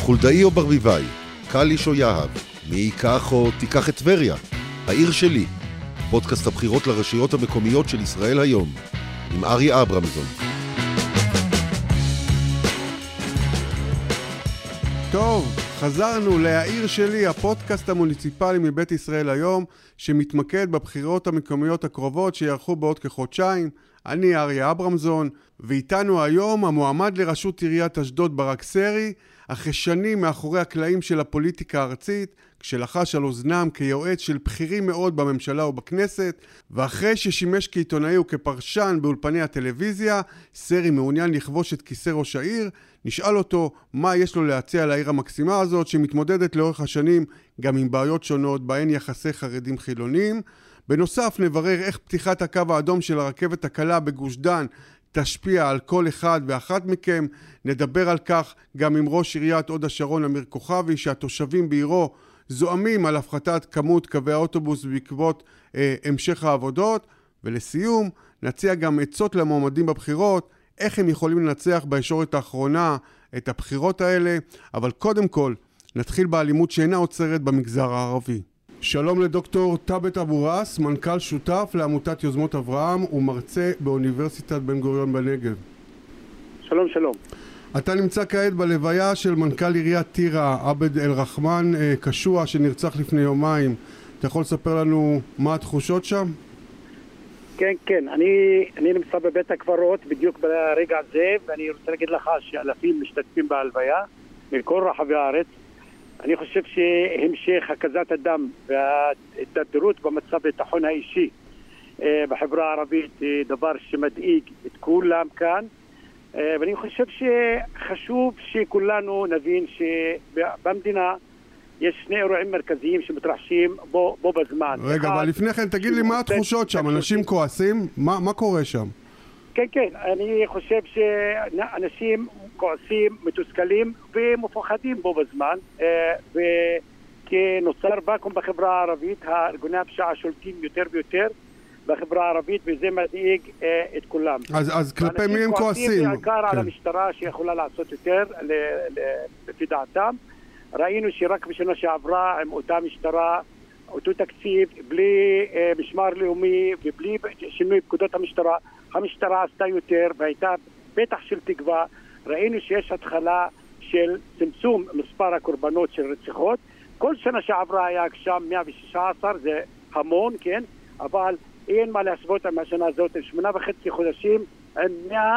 חולדאי או ברביבאי, קליש או יהב, מי ייקח או תיקח את טבריה, העיר שלי, פודקאסט הבחירות לרשויות המקומיות של ישראל היום, עם אריה אברמזון. טוב, חזרנו לעיר שלי, הפודקאסט המוניציפלי מבית ישראל היום, שמתמקד בבחירות המקומיות הקרובות שיערכו בעוד כחודשיים. אני אריה אברמזון, ואיתנו היום המועמד לראשות עיריית אשדוד ברק סרי, אחרי שנים מאחורי הקלעים של הפוליטיקה הארצית, כשלחש על אוזנם כיועץ של בכירים מאוד בממשלה ובכנסת, ואחרי ששימש כעיתונאי וכפרשן באולפני הטלוויזיה, סרי מעוניין לכבוש את כיסא ראש העיר. נשאל אותו מה יש לו להציע לעיר המקסימה הזאת, שמתמודדת לאורך השנים גם עם בעיות שונות, בהן יחסי חרדים חילונים. בנוסף נברר איך פתיחת הקו האדום של הרכבת הקלה בגוש דן תשפיע על כל אחד ואחת מכם. נדבר על כך גם עם ראש עיריית הוד השרון אמיר כוכבי, שהתושבים בעירו זועמים על הפחתת כמות קווי האוטובוס בעקבות המשך העבודות. ולסיום נציע גם עצות למועמדים בבחירות, איך הם יכולים לנצח בישורת האחרונה את הבחירות האלה. אבל קודם כל נתחיל באלימות שאינה עוצרת במגזר הערבי. שלום לדוקטור תאבת אבו ראס, מנכ"ל שותף לעמותת יוזמות אברהם ומרצה באוניברסיטת בן גוריון בנגב. שלום שלום. אתה נמצא כעת בלוויה של מנכ"ל עיריית טירה, עבד אל רחמן קשוע, שנרצח לפני יומיים. אתה יכול לספר לנו מה התחושות שם? כן, אני נמצא בבית הקברות בדיוק ברגע הזה, ואני רוצה להגיד לך שאלפים משתתפים בהלוויה מכל רחבי הארץ. אני חושב שהמשך הקזת הדם וההתדרדרות במצב הביטחון האישי בחברה הערבית היא דבר שמדאיג את כולם כאן, ואני חושב שחשוב שכולנו נבין שבמדינה יש שני אירועים מרכזיים שמתרחשים בו בזמן. רגע, אבל לפני כן תגיד לי מה התחושות שם, אנשים כועסים? מה קורה שם? כן, אני חושב שאנשים כועסים, מתוסכלים ומפוחדים בו בזמן, וכנוצר ואקום בחברה הערבית, הארגוני הפשיעה שולטים יותר ויותר בחברה הערבית, וזה מדאיג את כולם. אז כלפי מי הם כועסים? אנשים בעיקר על המשטרה שיכולה לעשות יותר לפי דעתם. ראינו שרק בשנה שעברה עם אותה משטרה, אותו תקציב, בלי משמר לאומי ובלי שינוי פקודות המשטרה, המשטרה עשתה יותר והייתה פתח של תקווה. ראינו שיש התחלה של צמצום מספר הקורבנות של רציחות. כל שנה שעברה היה שם 116, זה המון, כן? אבל אין מה להשוות עם השנה הזאת, 8.5 חודשים עם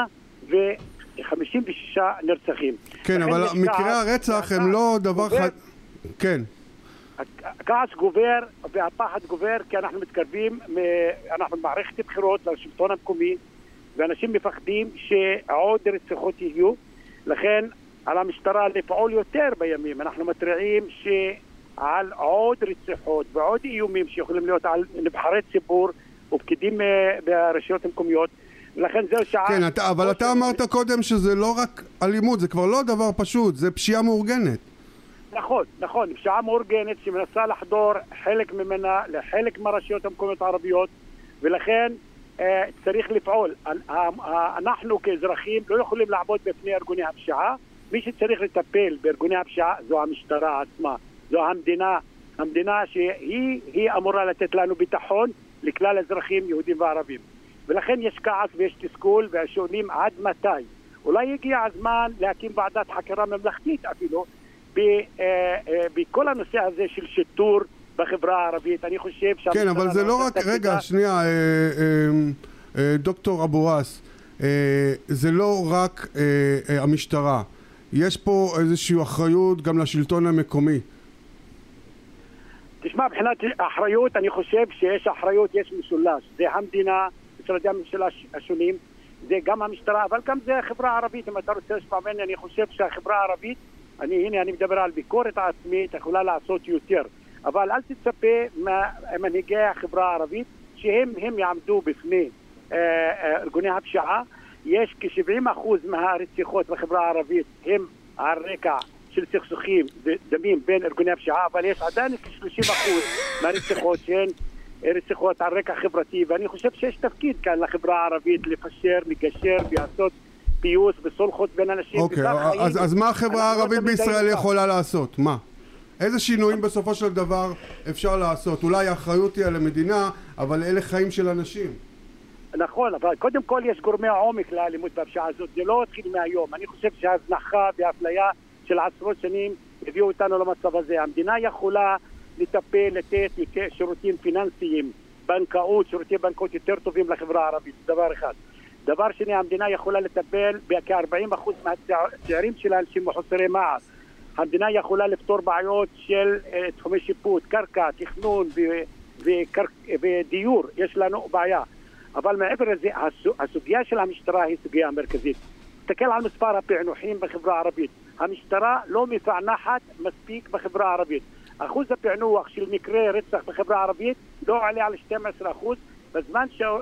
156 נרצחים. כן, אבל מקרי הרצח הם לא דבר כן. הכעס גובר והפחד גובר, כי אנחנו מתקרבים, אנחנו במערכת בחירות לשלטון המקומי, ואנשים מפחדים שעוד רציחות יהיו. לכן על המשטרה לפעול יותר בימים. אנחנו מתריעים שעל עוד רציחות ועוד איומים שיכולים להיות על נבחרי ציבור ופקידים ברשויות המקומיות. לכן זהו שעה... כן, אבל אתה אמרת קודם שזה לא רק אלימות, זה כבר לא דבר פשוט, זה פשיעה מאורגנת. נכון, פשיעה מאורגנת שמנסה לחדור חלק ממנה לחלק מהרשויות המקומיות הערביות, ולכן צריך לפעול. אנחנו כאזרחים לא יכולים לעבוד בפני ארגוני הפשיעה. מי שצריך לטפל בארגוני הפשיעה זו המשטרה עצמה, זו המדינה שהיא אמורה לתת לנו ביטחון לכלל אזרחים יהודים וערבים. ולכן יש כעס ויש תסכול והשואלים עד מתי. אולי הגיע הזמן להקים ועדת חקירה ממלכתית אפילו בכל הנושא הזה של שיטור בחברה הערבית. אני חושב כן, אבל זה לא רק... רגע, שנייה, דוקטור אבו ראס, זה לא רק המשטרה. יש פה איזושהי אחריות גם לשלטון המקומי. תשמע, מבחינת אחריות, אני חושב שיש אחריות, יש משולש. זה המדינה, משרדי הממשלה השונים, זה גם המשטרה, אבל גם זה החברה הערבית. אם אתה רוצה לשמוע ממני, אני חושב שהחברה הערבית, אני מדבר על ביקורת עצמית, יכולה לעשות יותר. אבל אל תצפה ממנהיגי החברה הערבית שהם יעמדו בפני ארגוני הפשיעה. יש כ-70% מהרציחות בחברה הערבית הם על רקע של סכסוכים ודמים בין ארגוני הפשיעה, אבל יש עדיין כ-30% מהרציחות שהן רציחות על רקע חברתי, ואני חושב שיש תפקיד כאן לחברה הערבית לפשר, לגשר, לעשות פיוס וסולחות בין אנשים. אוקיי, אז מה החברה הערבית בישראל יכולה לעשות? מה? איזה שינויים בסופו של דבר אפשר לעשות? אולי האחריות היא על המדינה, אבל אלה חיים של אנשים. נכון, אבל קודם כל יש גורמי העומק לאלימות והפשיעה הזאת. זה לא התחיל מהיום. אני חושב שההזנחה והאפליה של עשרות שנים הביאו אותנו למצב הזה. המדינה יכולה לטפל, לתת שירותים פיננסיים, בנקאות, שירותי בנקאות יותר טובים לחברה הערבית. דבר אחד. דבר שני, המדינה יכולה לטפל בכ-40% מהצעירים שלה אנשים מחוסרי מעש. המדינה יכולה לפתור בעיות של תחומי שיפוט, קרקע, תכנון ודיור. יש לנו בעיה. אבל מעבר לזה, הסוגיה של המשטרה היא סוגיה מרכזית. תסתכל על מספר הפענוחים בחברה הערבית. המשטרה לא מפענחת מספיק בחברה הערבית. אחוז הפענוח של מקרי רצח בחברה הערבית לא עלה על 12%, בזמן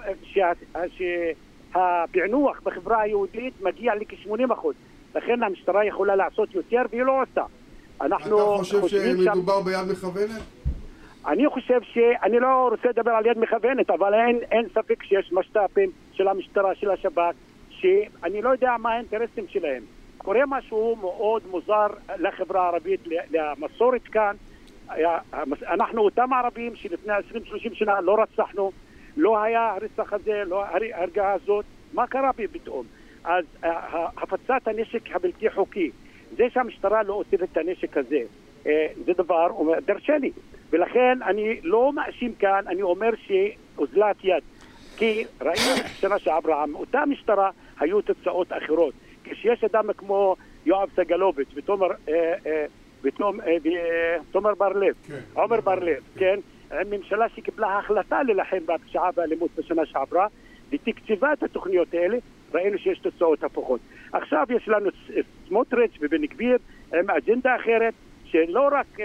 שהפענוח בחברה היהודית מגיע לכ-80%. לכן המשטרה יכולה לעשות יותר והיא לא עושה. אתה חושב שמדובר ביד מכוונת? אני חושב אני לא רוצה לדבר על יד מכוונת, אבל אין ספק שיש משת"פים של המשטרה, של השב"כ, שאני לא יודע מה האינטרסים שלהם. קורה משהו מאוד מוזר לחברה הערבית, למסורת כאן. אנחנו אותם ערבים שלפני 20-30 שנה לא רצחנו, לא היה הרצח הזה, לא ההרגעה הזאת. מה קרה פתאום? אז הפצת הנשק הבלתי חוקי, זה שהמשטרה לא אוספת את הנשק הזה, זה דבר דרשני. ולכן אני לא מאשים כאן, אני אומר שאוזלת יד. כי ראינו שנה שעברה, אותה משטרה היו תוצאות אחרות. כשיש אדם כמו יואב סגלוביץ' ותומר בר-לב, עומר בר-לב, כן? עם ממשלה שקיבלה החלטה ללחם בפשיעה והאלימות בשנה שעברה, ותקציבה את התוכניות האלה, ראינו שיש תוצאות הפוכות. עכשיו יש לנו סמוטריץ' ובן גביר עם אג'נדה אחרת, שלא רק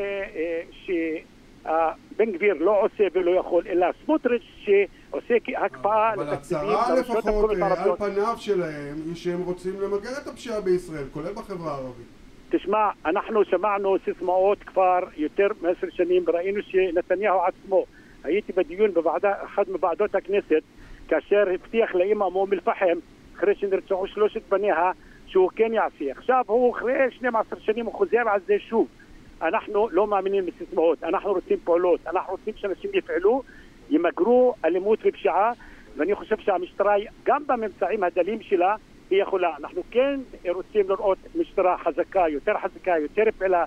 בן גביר לא עושה ולא יכול, אלא סמוטריץ' שעושה הקפאה לתקציבים. אבל הצהרה לפחות על פניו שלהם היא שהם רוצים למגר את הפשיעה בישראל, כולל בחברה הערבית. תשמע, אנחנו שמענו סיסמאות כבר יותר מ10 שנים, וראינו שנתניהו עצמו, הייתי בדיון באחת מוועדות הכנסת, כאשר הבטיח לאמא מאום אל-פחם, אחרי שנרצחו 3 בניה, שהוא כן יעשה. עכשיו הוא אחרי 12 שנים הוא חוזר על זה שוב. אנחנו לא מאמינים בסיסמאות, אנחנו רוצים פעולות, אנחנו רוצים שאנשים יפעלו, ימגרו אלימות ופשיעה, ואני חושב שהמשטרה, גם בממצאים הדלים שלה, היא יכולה. אנחנו כן רוצים לראות משטרה חזקה, יותר פעילה.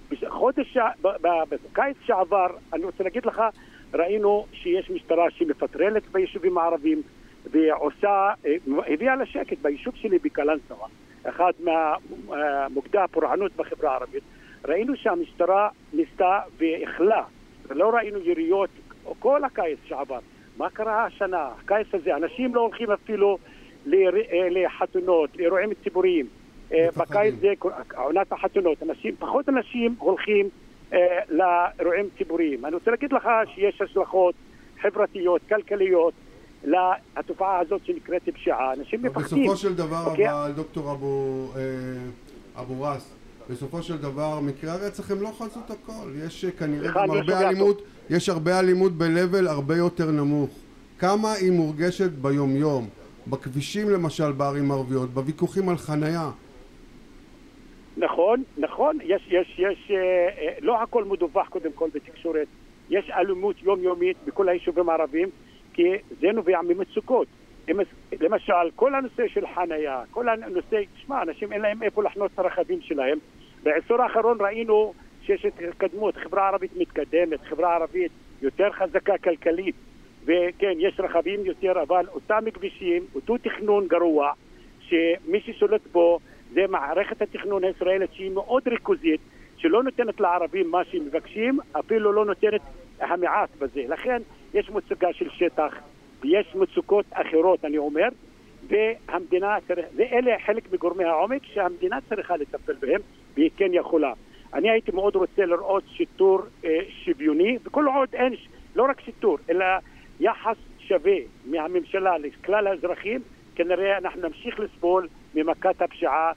בקיץ שעבר, אני רוצה להגיד לך, ראינו שיש משטרה שמפטרלת ביישובים הערבים, ועושה, הביאה לשקט ביישוב שלי בקלנסווה, אחד מהמוקדי הפורענות בחברה הערבית. ראינו שהמשטרה ניסתה והחלה, ולא ראינו יריות כל הקיץ שעבר. מה קרה השנה? הקיץ הזה, אנשים לא הולכים אפילו לחתונות, לאירועים ציבוריים. בקיץ זה עונת החתונות. פחות אנשים הולכים לאירועים ציבוריים. אני רוצה להגיד לך שיש השלכות חברתיות, כלכליות, לתופעה הזאת שנקראת פשיעה. אנשים מפחדים. בסופו של דבר, אבל דוקטור אבו רס, בסופו של דבר, מקרי הרצח הם לא חזות הכל. יש כנראה גם הרבה אלימות, יש הרבה אלימות ב-level הרבה יותר נמוך. כמה היא מורגשת ביום-יום, בכבישים למשל בערים ערביות, בוויכוחים על חנייה. נכון, יש, לא הכל מדווח קודם כל בתקשורת. יש אלימות יומיומית בכל היישובים הערביים, כי זה נובע ממצוקות. למשל, כל הנושא של חנייה, כל הנושא, תשמע, אנשים אין להם איפה לחנות את הרכבים שלהם. בעשור האחרון ראינו שיש התקדמות, חברה ערבית מתקדמת, חברה ערבית יותר חזקה כלכלית, וכן, יש רכבים יותר, אבל אותם כבישים, אותו תכנון גרוע, שמי ששולט בו זה מערכת התכנון הישראלית שהיא מאוד ריכוזית, שלא נותנת לערבים מה שהם מבקשים, אפילו לא נותנת המעט בזה. לכן יש מצוקה של שטח, ויש מצוקות אחרות, אני אומר, והמדינה ואלה חלק מגורמי העומק שהמדינה צריכה לטפל בהם, והיא כן יכולה. אני הייתי מאוד רוצה לראות שיטור שוויוני, וכל עוד אין, לא רק שיטור, אלא יחס שווה מהממשלה לכלל האזרחים, כנראה אנחנו נמשיך לסבול ממכת הפשיעה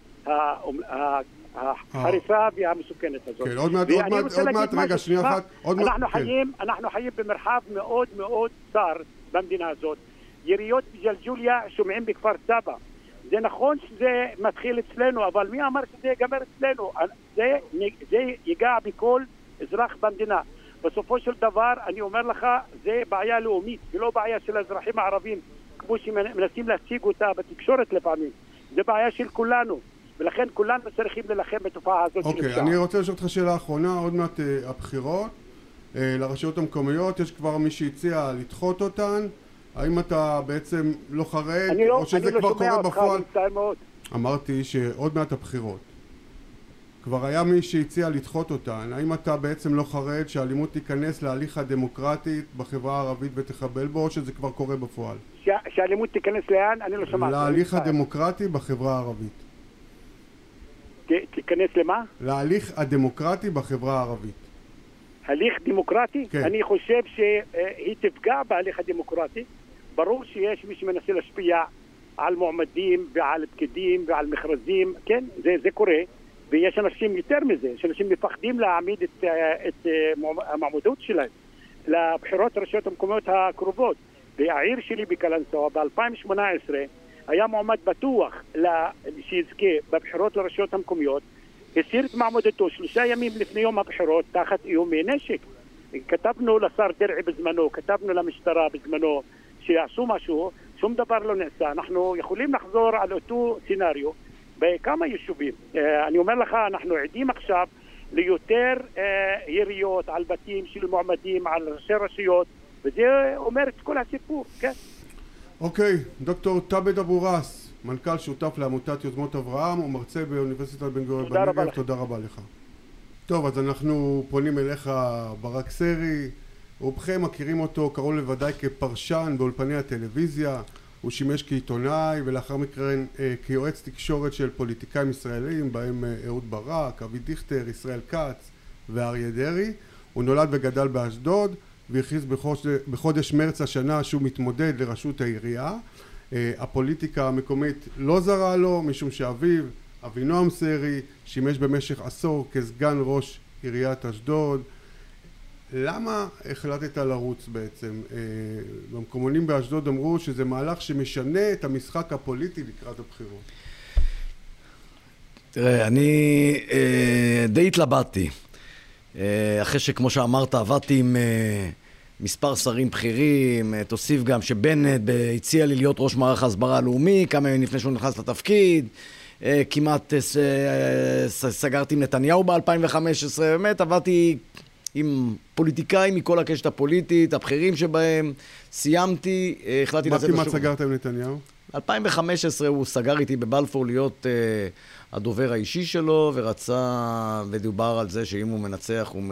החריפה והמסוכנת הזאת. כן, עוד מעט, רגע, שנייה אחת. אנחנו חיים במרחב מאוד מאוד צר במדינה הזאת. יריות בג'לג'וליה שומעים בכפר סבא. זה נכון שזה מתחיל אצלנו, אבל מי אמר שזה ייגמר אצלנו? זה ייגע בכל אזרח במדינה. בסופו של דבר, אני אומר לך, זה בעיה לאומית, ולא בעיה של האזרחים הערבים, כמו שמנסים להציג אותה בתקשורת לפעמים. זה בעיה של כולנו, ולכן כולנו צריכים ללחם בתופעה הזאת. אוקיי, אני רוצה לשאול אותך שאלה האחרונה, עוד מעט הבחירות לרשויות המקומיות, יש כבר מי שהציע לדחות אותן, האם אתה בעצם לא חרד, או שזה כבר קורה בפועל? אמרתי שעוד מעט הבחירות. כבר היה מי שהציע לדחות אותן, האם אתה בעצם לא חרד שהאלימות תיכנס להליך הדמוקרטי בחברה הערבית ותחבל בו, או שזה כבר קורה בפועל? שהאלימות תיכנס לאן? אני לא שמעתי. להליך הדמוקרטי בחברה הערבית. תיכנס למה? להליך הדמוקרטי בחברה הערבית. הליך דמוקרטי? כן. אני חושב שהיא תפגע בהליך הדמוקרטי. ברור שיש מי שמנסה להשפיע על מועמדים ועל פקידים ועל מכרזים, כן, זה קורה. ויש אנשים יותר מזה, יש אנשים מפחדים להעמיד את המעמדות שלהם לבחירות הרשויות המקומיות הקרובות. והעיר שלי בקלנסווה ב-2018 היה מועמד בטוח שיזכה בבחירות לרשויות המקומיות, הסיר את מעמדתו 3 ימים לפני יום הבחירות תחת איומי נשק. כתבנו לשר דרעי בזמנו, כתבנו למשטרה בזמנו שיעשו משהו, שום דבר לא נעשה. אנחנו יכולים לחזור על אותו סצנריו בכמה יישובים. אני אומר לך, אנחנו עדים עכשיו ליותר יריות על בתים של מועמדים, על ראשי רשויות, וזה אומר את כל הסיפור, כן? אוקיי, דוקטור תאבד אבו ראס, מנכ"ל שותף לעמותת יוזמות אברהם ומרצה באוניברסיטת בן גוריון בנגב, תודה רבה לך. טוב, אז אנחנו פונים אליך ברק סרי, רובכם מכירים אותו, קראו לוודאי כפרשן באולפני הטלוויזיה, הוא שימש כעיתונאי ולאחר מכן כיועץ תקשורת של פוליטיקאים ישראלים, בהם אהוד ברק, אבי דיכטר, ישראל כץ ואריה דרעי. הוא נולד וגדל באשדוד והכריז בחודש מרץ השנה שהוא מתמודד לראשות העירייה. הפוליטיקה המקומית לא זרה לו, משום שאביו, אבינועם סרי, שימש במשך עשור כסגן ראש עיריית אשדוד. למה החלטת לרוץ בעצם? במקומונים באשדוד אמרו שזה מהלך שמשנה את המשחק הפוליטי לקראת הבחירות. תראה, אני די התלבטתי. אחרי שכמו שאמרת, עבדתי עם מספר שרים בכירים, תוסיף גם שבנט הציע לי להיות ראש מערך ההסברה הלאומי, כמה ימים לפני שהוא נכנס לתפקיד, כמעט סגרתי עם נתניהו ב-2015, באמת עבדתי עם פוליטיקאים מכל הקשת הפוליטית, הבכירים שבהם, סיימתי, החלטתי לצאת לשוק. מה כמעט סגרת עם נתניהו? 2015 הוא סגר איתי בבלפור להיות הדובר האישי שלו, ודובר על זה שאם הוא מנצח הוא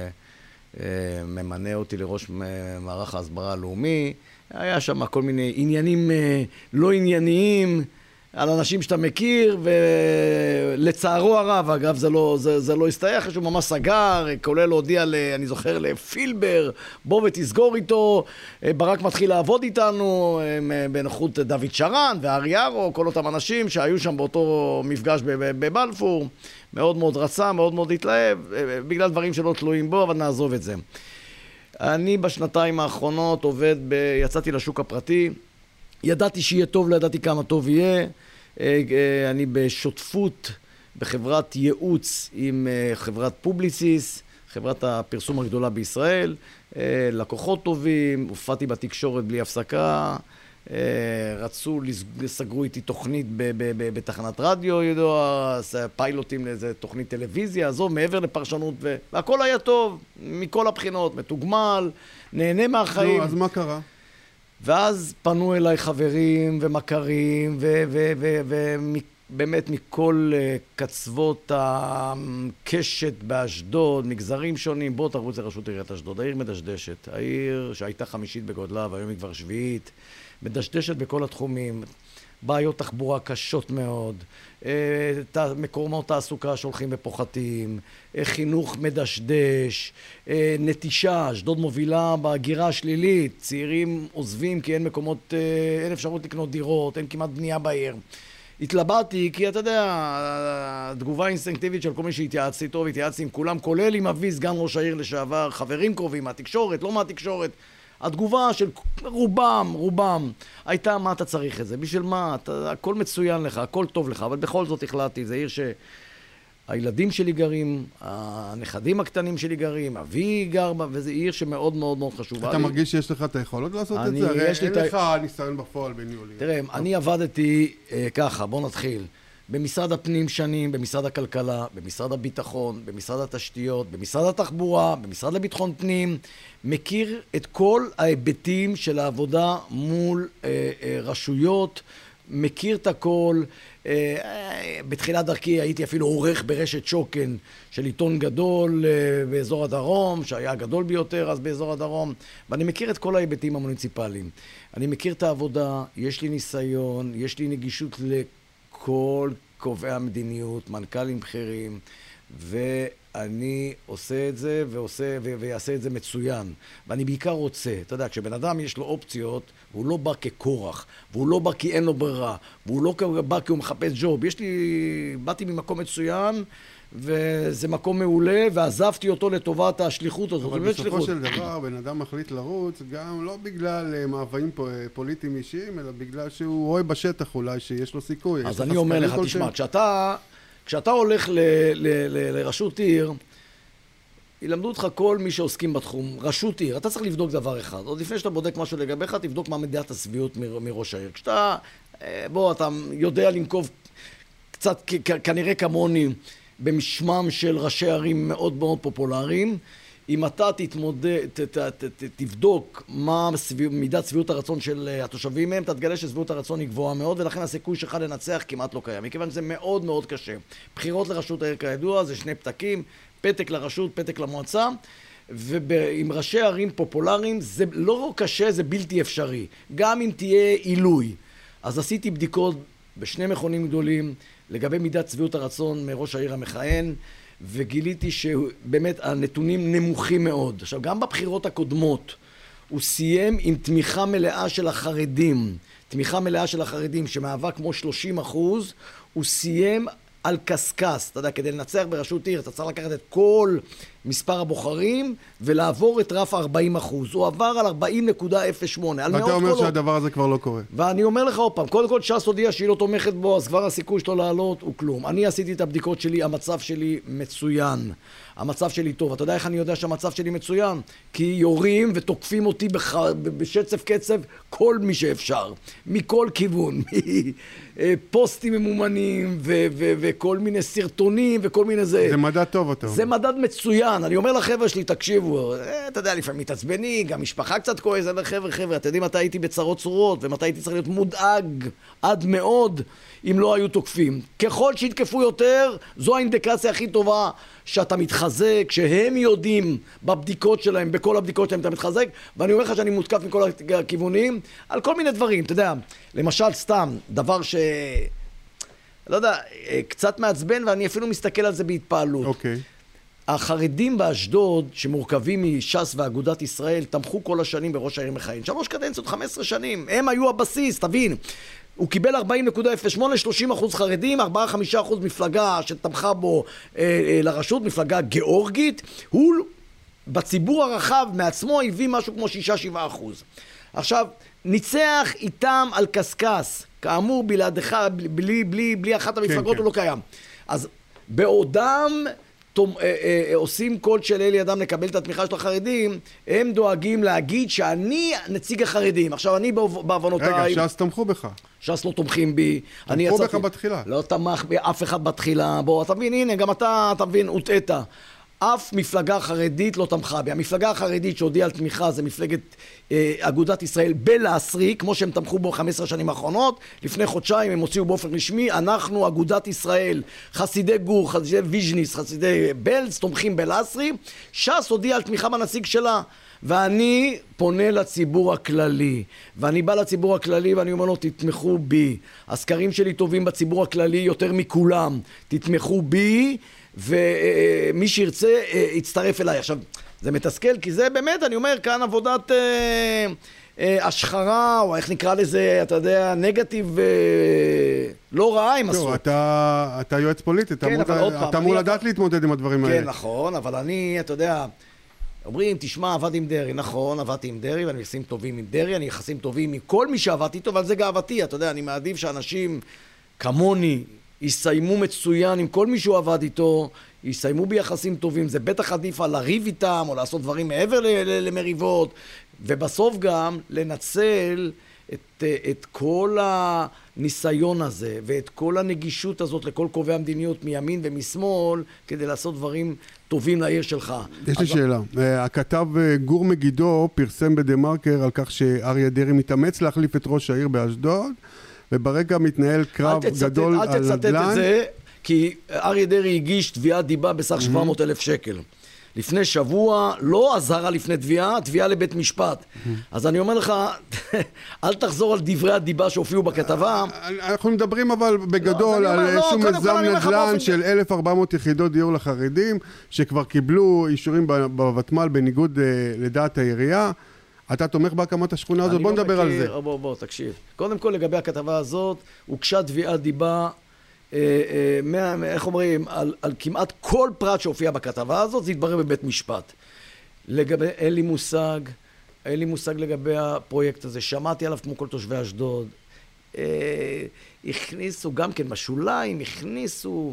ממנה אותי לראש מערך ההסברה הלאומי. היה שם כל מיני עניינים לא ענייניים, על אנשים שאתה מכיר, ולצערו הרב, אגב, זה לא הסתייח, שהוא ממש סגר, כולל להודיע, אני זוכר, לפילבר, בוא ותסגור איתו, ברק מתחיל לעבוד איתנו, בנוחות דוד שרן וארי ארו, כל אותם אנשים שהיו שם באותו מפגש בבלפור, מאוד מאוד רצה, מאוד מאוד התלהב, בגלל דברים שלא תלויים בו, אבל נעזוב את זה. אני בשנתיים האחרונות יצאתי לשוק הפרטי, ידעתי שיהיה טוב, לא ידעתי כמה טוב יהיה. אני בשותפות בחברת ייעוץ עם חברת פובליסיס, חברת הפרסום הגדולה בישראל, לקוחות טובים, הופעתי בתקשורת בלי הפסקה, סגרו איתי תוכנית בתחנת רדיו, פיילוטים לאיזה תוכנית טלוויזיה, עזוב, מעבר לפרשנות, והכל היה טוב, מכל הבחינות, מתוגמל, נהנה מהחיים. נו, אז מה קרה? ואז פנו אליי חברים ומכרים, ובאמת מכל קצוות הקשת באשדוד, מגזרים שונים, בוא תרוץ לראשות עיריית אשדוד. העיר מדשדשת, העיר שהייתה 5th בגודלה, והיום היא כבר 7th, מדשדשת בכל התחומים, בעיות תחבורה קשות מאוד, מקומות תעסוקה שהולכים ופוחתים, חינוך מדשדש, נטישה, אשדוד מובילה בהגירה השלילית, צעירים עוזבים כי אין מקומות, אין אפשרות לקנות דירות, אין כמעט בנייה בעיר. התלבטתי כי אתה יודע, התגובה האינסטינקטיבית של כל מי שהתייעצתי טוב, התייעצתי עם כולם, כולל עם אבי סגן ראש העיר לשעבר, חברים קרובים מהתקשורת, לא מהתקשורת, התגובה של רובם, הייתה מה אתה צריך את זה, בשביל מה, הכל מצוין לך, הכל טוב לך, אבל בכל זאת החלטתי, זה עיר שהילדים שלי גרים, הנכדים הקטנים שלי גרים, אבי גר בה, וזה עיר שמאוד מאוד מאוד חשובה. אתה מרגיש שיש לך את היכולות לעשות את זה? הרי אין לך ניסיון בפועל בניהול. תראה, אני עבדתי ככה, בוא נתחיל. במשרד הפנים שנים, במשרד הכלכלה, במשרד הביטחון, במשרד התשתיות, במשרד התחבורה, במשרד לביטחון פנים, מכיר את כל ההיבטים של העבודה מול רשויות, מכיר את הכל. בתחילת דרכי הייתי אפילו עורך ברשת שוקן של עיתון גדול באזור הדרום, שהיה הגדול ביותר אז באזור הדרום, ואני מכיר את כל ההיבטים המוניציפליים. אני מכיר את העבודה, יש לי ניסיון, יש לי נגישות כל קובעי המדיניות, מנכ"לים בכירים, ואני עושה את זה ויעשה את זה מצוין. ואני בעיקר רוצה, אתה יודע, כשבן אדם יש לו אופציות, והוא לא בא ככורח, והוא לא בא כי אין לו ברירה, והוא לא בא כי הוא מחפש ג'וב. באתי ממקום מצוין, וזה מקום מעולה, ועזבתי אותו לטובת השליחות הזאת. אבל בסופו של דבר, בן אדם מחליט לרוץ, גם לא בגלל מאוויים פוליטיים אישיים, אלא בגלל שהוא רואה בשטח אולי שיש לו סיכוי. אז אני אומר לך, תשמע, כשאתה הולך לרשות עיר, ילמדו אותך כל מי שעוסקים בתחום, רשות עיר, אתה צריך לבדוק דבר אחד. עוד לפני שאתה בודק משהו לגביך, תבדוק מה מידת הסביעות מראש העיר. כשאתה, אתה יודע לנקוב קצת כנראה כמוני, במשמם של ראשי ערים מאוד מאוד פופולריים, אם אתה תבדוק מה מידת סביעות הרצון של התושבים מהם, אתה תגלה שסביעות הרצון היא גבוהה מאוד, ולכן הסיכוי שלך לנצח כמעט לא קיים, מכיוון שזה מאוד מאוד קשה. בחירות לרשות העיר כידוע זה שני פתקים, פתק לרשות, פתק למועצה, ועם ראשי ערים פופולריים זה לא קשה, זה בלתי אפשרי, גם אם תהיה עילוי. אז עשיתי בדיקות בשני מכונים גדולים, לגבי מידת סביעות הרצון מראש העיר המכהן, וגיליתי שבאמת הנתונים נמוכים מאוד. עכשיו, גם בבחירות הקודמות, הוא סיים עם תמיכה מלאה של החרדים, שמהווה כמו 30%, הוא סיים על קסקס. אתה יודע, כדי לנצח בראשות עיר, אתה צריך לקחת את כל מספר הבוחרים, ולעבור את רף 40%. הוא עבר על 40.08. ואתה אומר שהדבר הזה כבר לא קורה. ואני אומר לך עוד פעם, קודם כל ש"ס הודיעה שהיא לא תומכת בו, אז כבר הסיכוי שלו לעלות הוא כלום. אני עשיתי את הבדיקות שלי, המצב שלי מצוין. המצב שלי טוב. אתה יודע איך אני יודע שהמצב שלי מצוין? כי יורים ותוקפים אותי בשצף קצב כל מי שאפשר. מכל כיוון. פוסטים ממומנים וכל מיני סרטונים וכל מיני זה. זה מדד טוב אתה אומר. זה מדד מצוין. אני אומר לחבר'ה שלי, תקשיבו, אתה יודע, לפעמים מתעצבני, גם משפחה קצת כועסת, חבר'ה, אתה יודעים מתי הייתי בצרות צרורות ומתי הייתי צריך להיות מודאג עד מאוד אם לא היו תוקפים. ככל שיתקפו יותר, זו האינדיקציה הכי טובה שאתה מתחזק, שהם יודעים בבדיקות שלהם, בכל הבדיקות שלהם אתה מתחזק, ואני אומר לך שאני מותקף מכל הכיוונים על כל מיני דברים, אתה יודע, למשל סתם, דבר לא יודע, קצת מעצבן, ואני אפילו מסתכל על זה בהתפעלות. אוקיי. החרדים באשדוד, שמורכבים מש"ס ואגודת ישראל, תמכו כל השנים בראש העיר מכהן. 3 קדנציות, 15 שנים. הם היו הבסיס, תבין. הוא קיבל 40.08, 30% חרדים, 4-5% מפלגה שתמכה בו לרשות, מפלגה גיאורגית. הוא בציבור הרחב מעצמו הביא משהו כמו 6-7%. עכשיו, ניצח איתם על קסקס. כאמור, בלעדיך, בלי אחת המפלגות הוא לא קיים. אז בעודם עושים כל שאלה לידם לקבל את התמיכה של החרדים, הם דואגים להגיד שאני נציג החרדים. עכשיו אני בעוונותיי... רגע, ש"ס תמכו בך. ש"ס לא תומכים בי. תמכו בך בתחילה. לא תמך באף אחד בתחילה. בוא, אתה מבין, הנה, גם אתה מבין, הוטעת. אף מפלגה חרדית לא תמכה בי. המפלגה החרדית שהודיעה על תמיכה זה מפלגת אגודת ישראל בלעשרי, כמו שהם תמכו בו 15 שנים האחרונות. לפני חודשיים הם הוציאו באופן רשמי, אנחנו אגודת ישראל, חסידי גור, חסידי ויז'ניס, חסידי בלז, תומכים בלעשרי. ש"ס הודיעה על תמיכה בנציג שלה. ואני פונה לציבור הכללי, ואני בא לציבור הכללי ואני אומר לו, תתמכו בי. הסקרים שלי טובים בציבור הכללי יותר מכולם. תתמכו בי, ומי שירצה יצטרף אליי. עכשיו, זה מתסכל, כי זה באמת, אני אומר, כאן עבודת השחרה, או איך נקרא לזה, אתה יודע, נגטיב לא רעה עם עשו. אתה יועץ פוליטי, אתה אמור לדעת להתמודד עם הדברים האלה. כן, נכון, אבל אני, אתה יודע, אומרים, תשמע, עבד עם דרי. נכון, עבדתי עם דרי, ואני יחסים טובים עם דרי, אני יחסים טובים עם כל מי שעבדתי איתו, אבל זה גאוותי, אתה יודע, אני מעדיף שאנשים כמוני יסיימו מצוין עם כל מי שהוא עבד איתו, יסיימו ביחסים טובים, זה בטח עדיף על לריב איתם, או לעשות דברים מעבר למריבות, ובסוף גם לנצל את כל הניסיון הזה, ואת כל הנגישות הזאת לכל קובעי המדיניות מימין ומשמאל, כדי לעשות דברים טובים לעיר שלך. יש לי שאלה. הכתב גור מגידו פרסם בדה-מרקר על כך שאריה דרעי מתאמץ להחליף את ראש העיר באשדוד, וברקע מתנהל קרב גדול על נדל"ן. אל תצטט את זה, כי אריה דרעי הגיש תביעת דיבה בסך 700,000 שקל. לפני שבוע, לא אזהרה לפני תביעה לבית משפט. אז אני אומר לך, אל תחזור על דברי הדיבה שהופיעו בכתבה. אנחנו מדברים אבל בגדול על איזשהו מיזם נדל"ן של 1,400 יחידות דיור לחרדים, שכבר קיבלו אישורים בוותמ"ל בניגוד לדעת העירייה. אתה תומך בהקמת השכונה הזאת? בוא נדבר על זה. בוא, תקשיב. קודם כל, לגבי הכתבה הזאת, הוגשה תביעת דיבה, איך אומרים, על כמעט כל פרט שהופיע בכתבה הזאת, זה יתברר בבית משפט. אין לי מושג לגבי הפרויקט הזה. שמעתי עליו כמו כל תושבי אשדוד. הכניסו גם כן בשוליים, הכניסו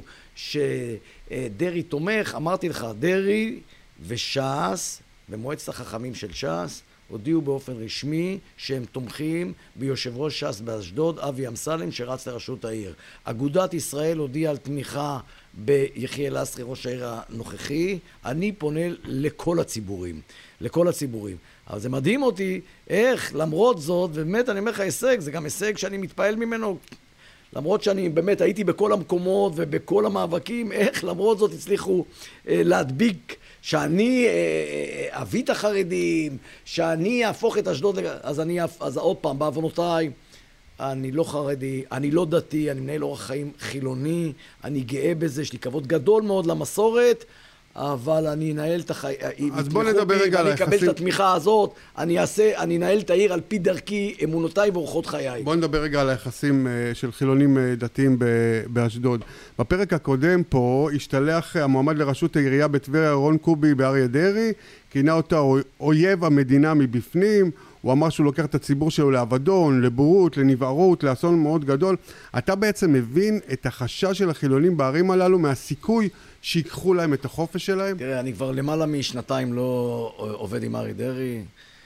שדרי תומך. אמרתי לך, דרי וש"ס, במועצת החכמים של ש"ס, הודיעו באופן רשמי שהם תומכים ביושב ראש ש"ס באשדוד, אבי אמסלם, שרץ לראשות העיר. אגודת ישראל הודיעה על תמיכה ביחיאל לסרי, ראש העיר הנוכחי. אני פונה לכל הציבורים. אבל זה מדהים אותי איך, למרות זאת, ובאמת אני אומר לך הישג, זה גם הישג שאני מתפעל ממנו, למרות שאני באמת הייתי בכל המקומות ובכל המאבקים, איך למרות זאת הצליחו להדביק שאני אביא את החרדים, שאני אהפוך את אשדוד, אז עוד פעם, בעוונותיי, אני לא חרדי, אני לא דתי, אני מנהל אורח חיים חילוני, אני גאה בזה, יש לי כבוד גדול מאוד למסורת, אבל אני אנהל את החיים, אז בוא נדבר רגע על היחסים. אני אקבל את התמיכה הזאת, אני אנהל את העיר על פי דרכי, אמונותיי ואורחות חיי. בוא נדבר רגע על היחסים של חילונים דתיים באשדוד. בפרק הקודם פה השתלח המועמד לראשות העירייה בטבריה רון קובי באריה דרעי, כינה אותה אויב המדינה מבפנים, הוא אמר שהוא לוקח את הציבור שלו לאבדון, לבורות, לנבערות, לאסון מאוד גדול. אתה בעצם מבין את החשש של החילונים בערים הללו מהסיכוי שיקחו להם את החופש שלהם? תראה, אני כבר למעלה משנתיים לא עובד עם אריה דרעי.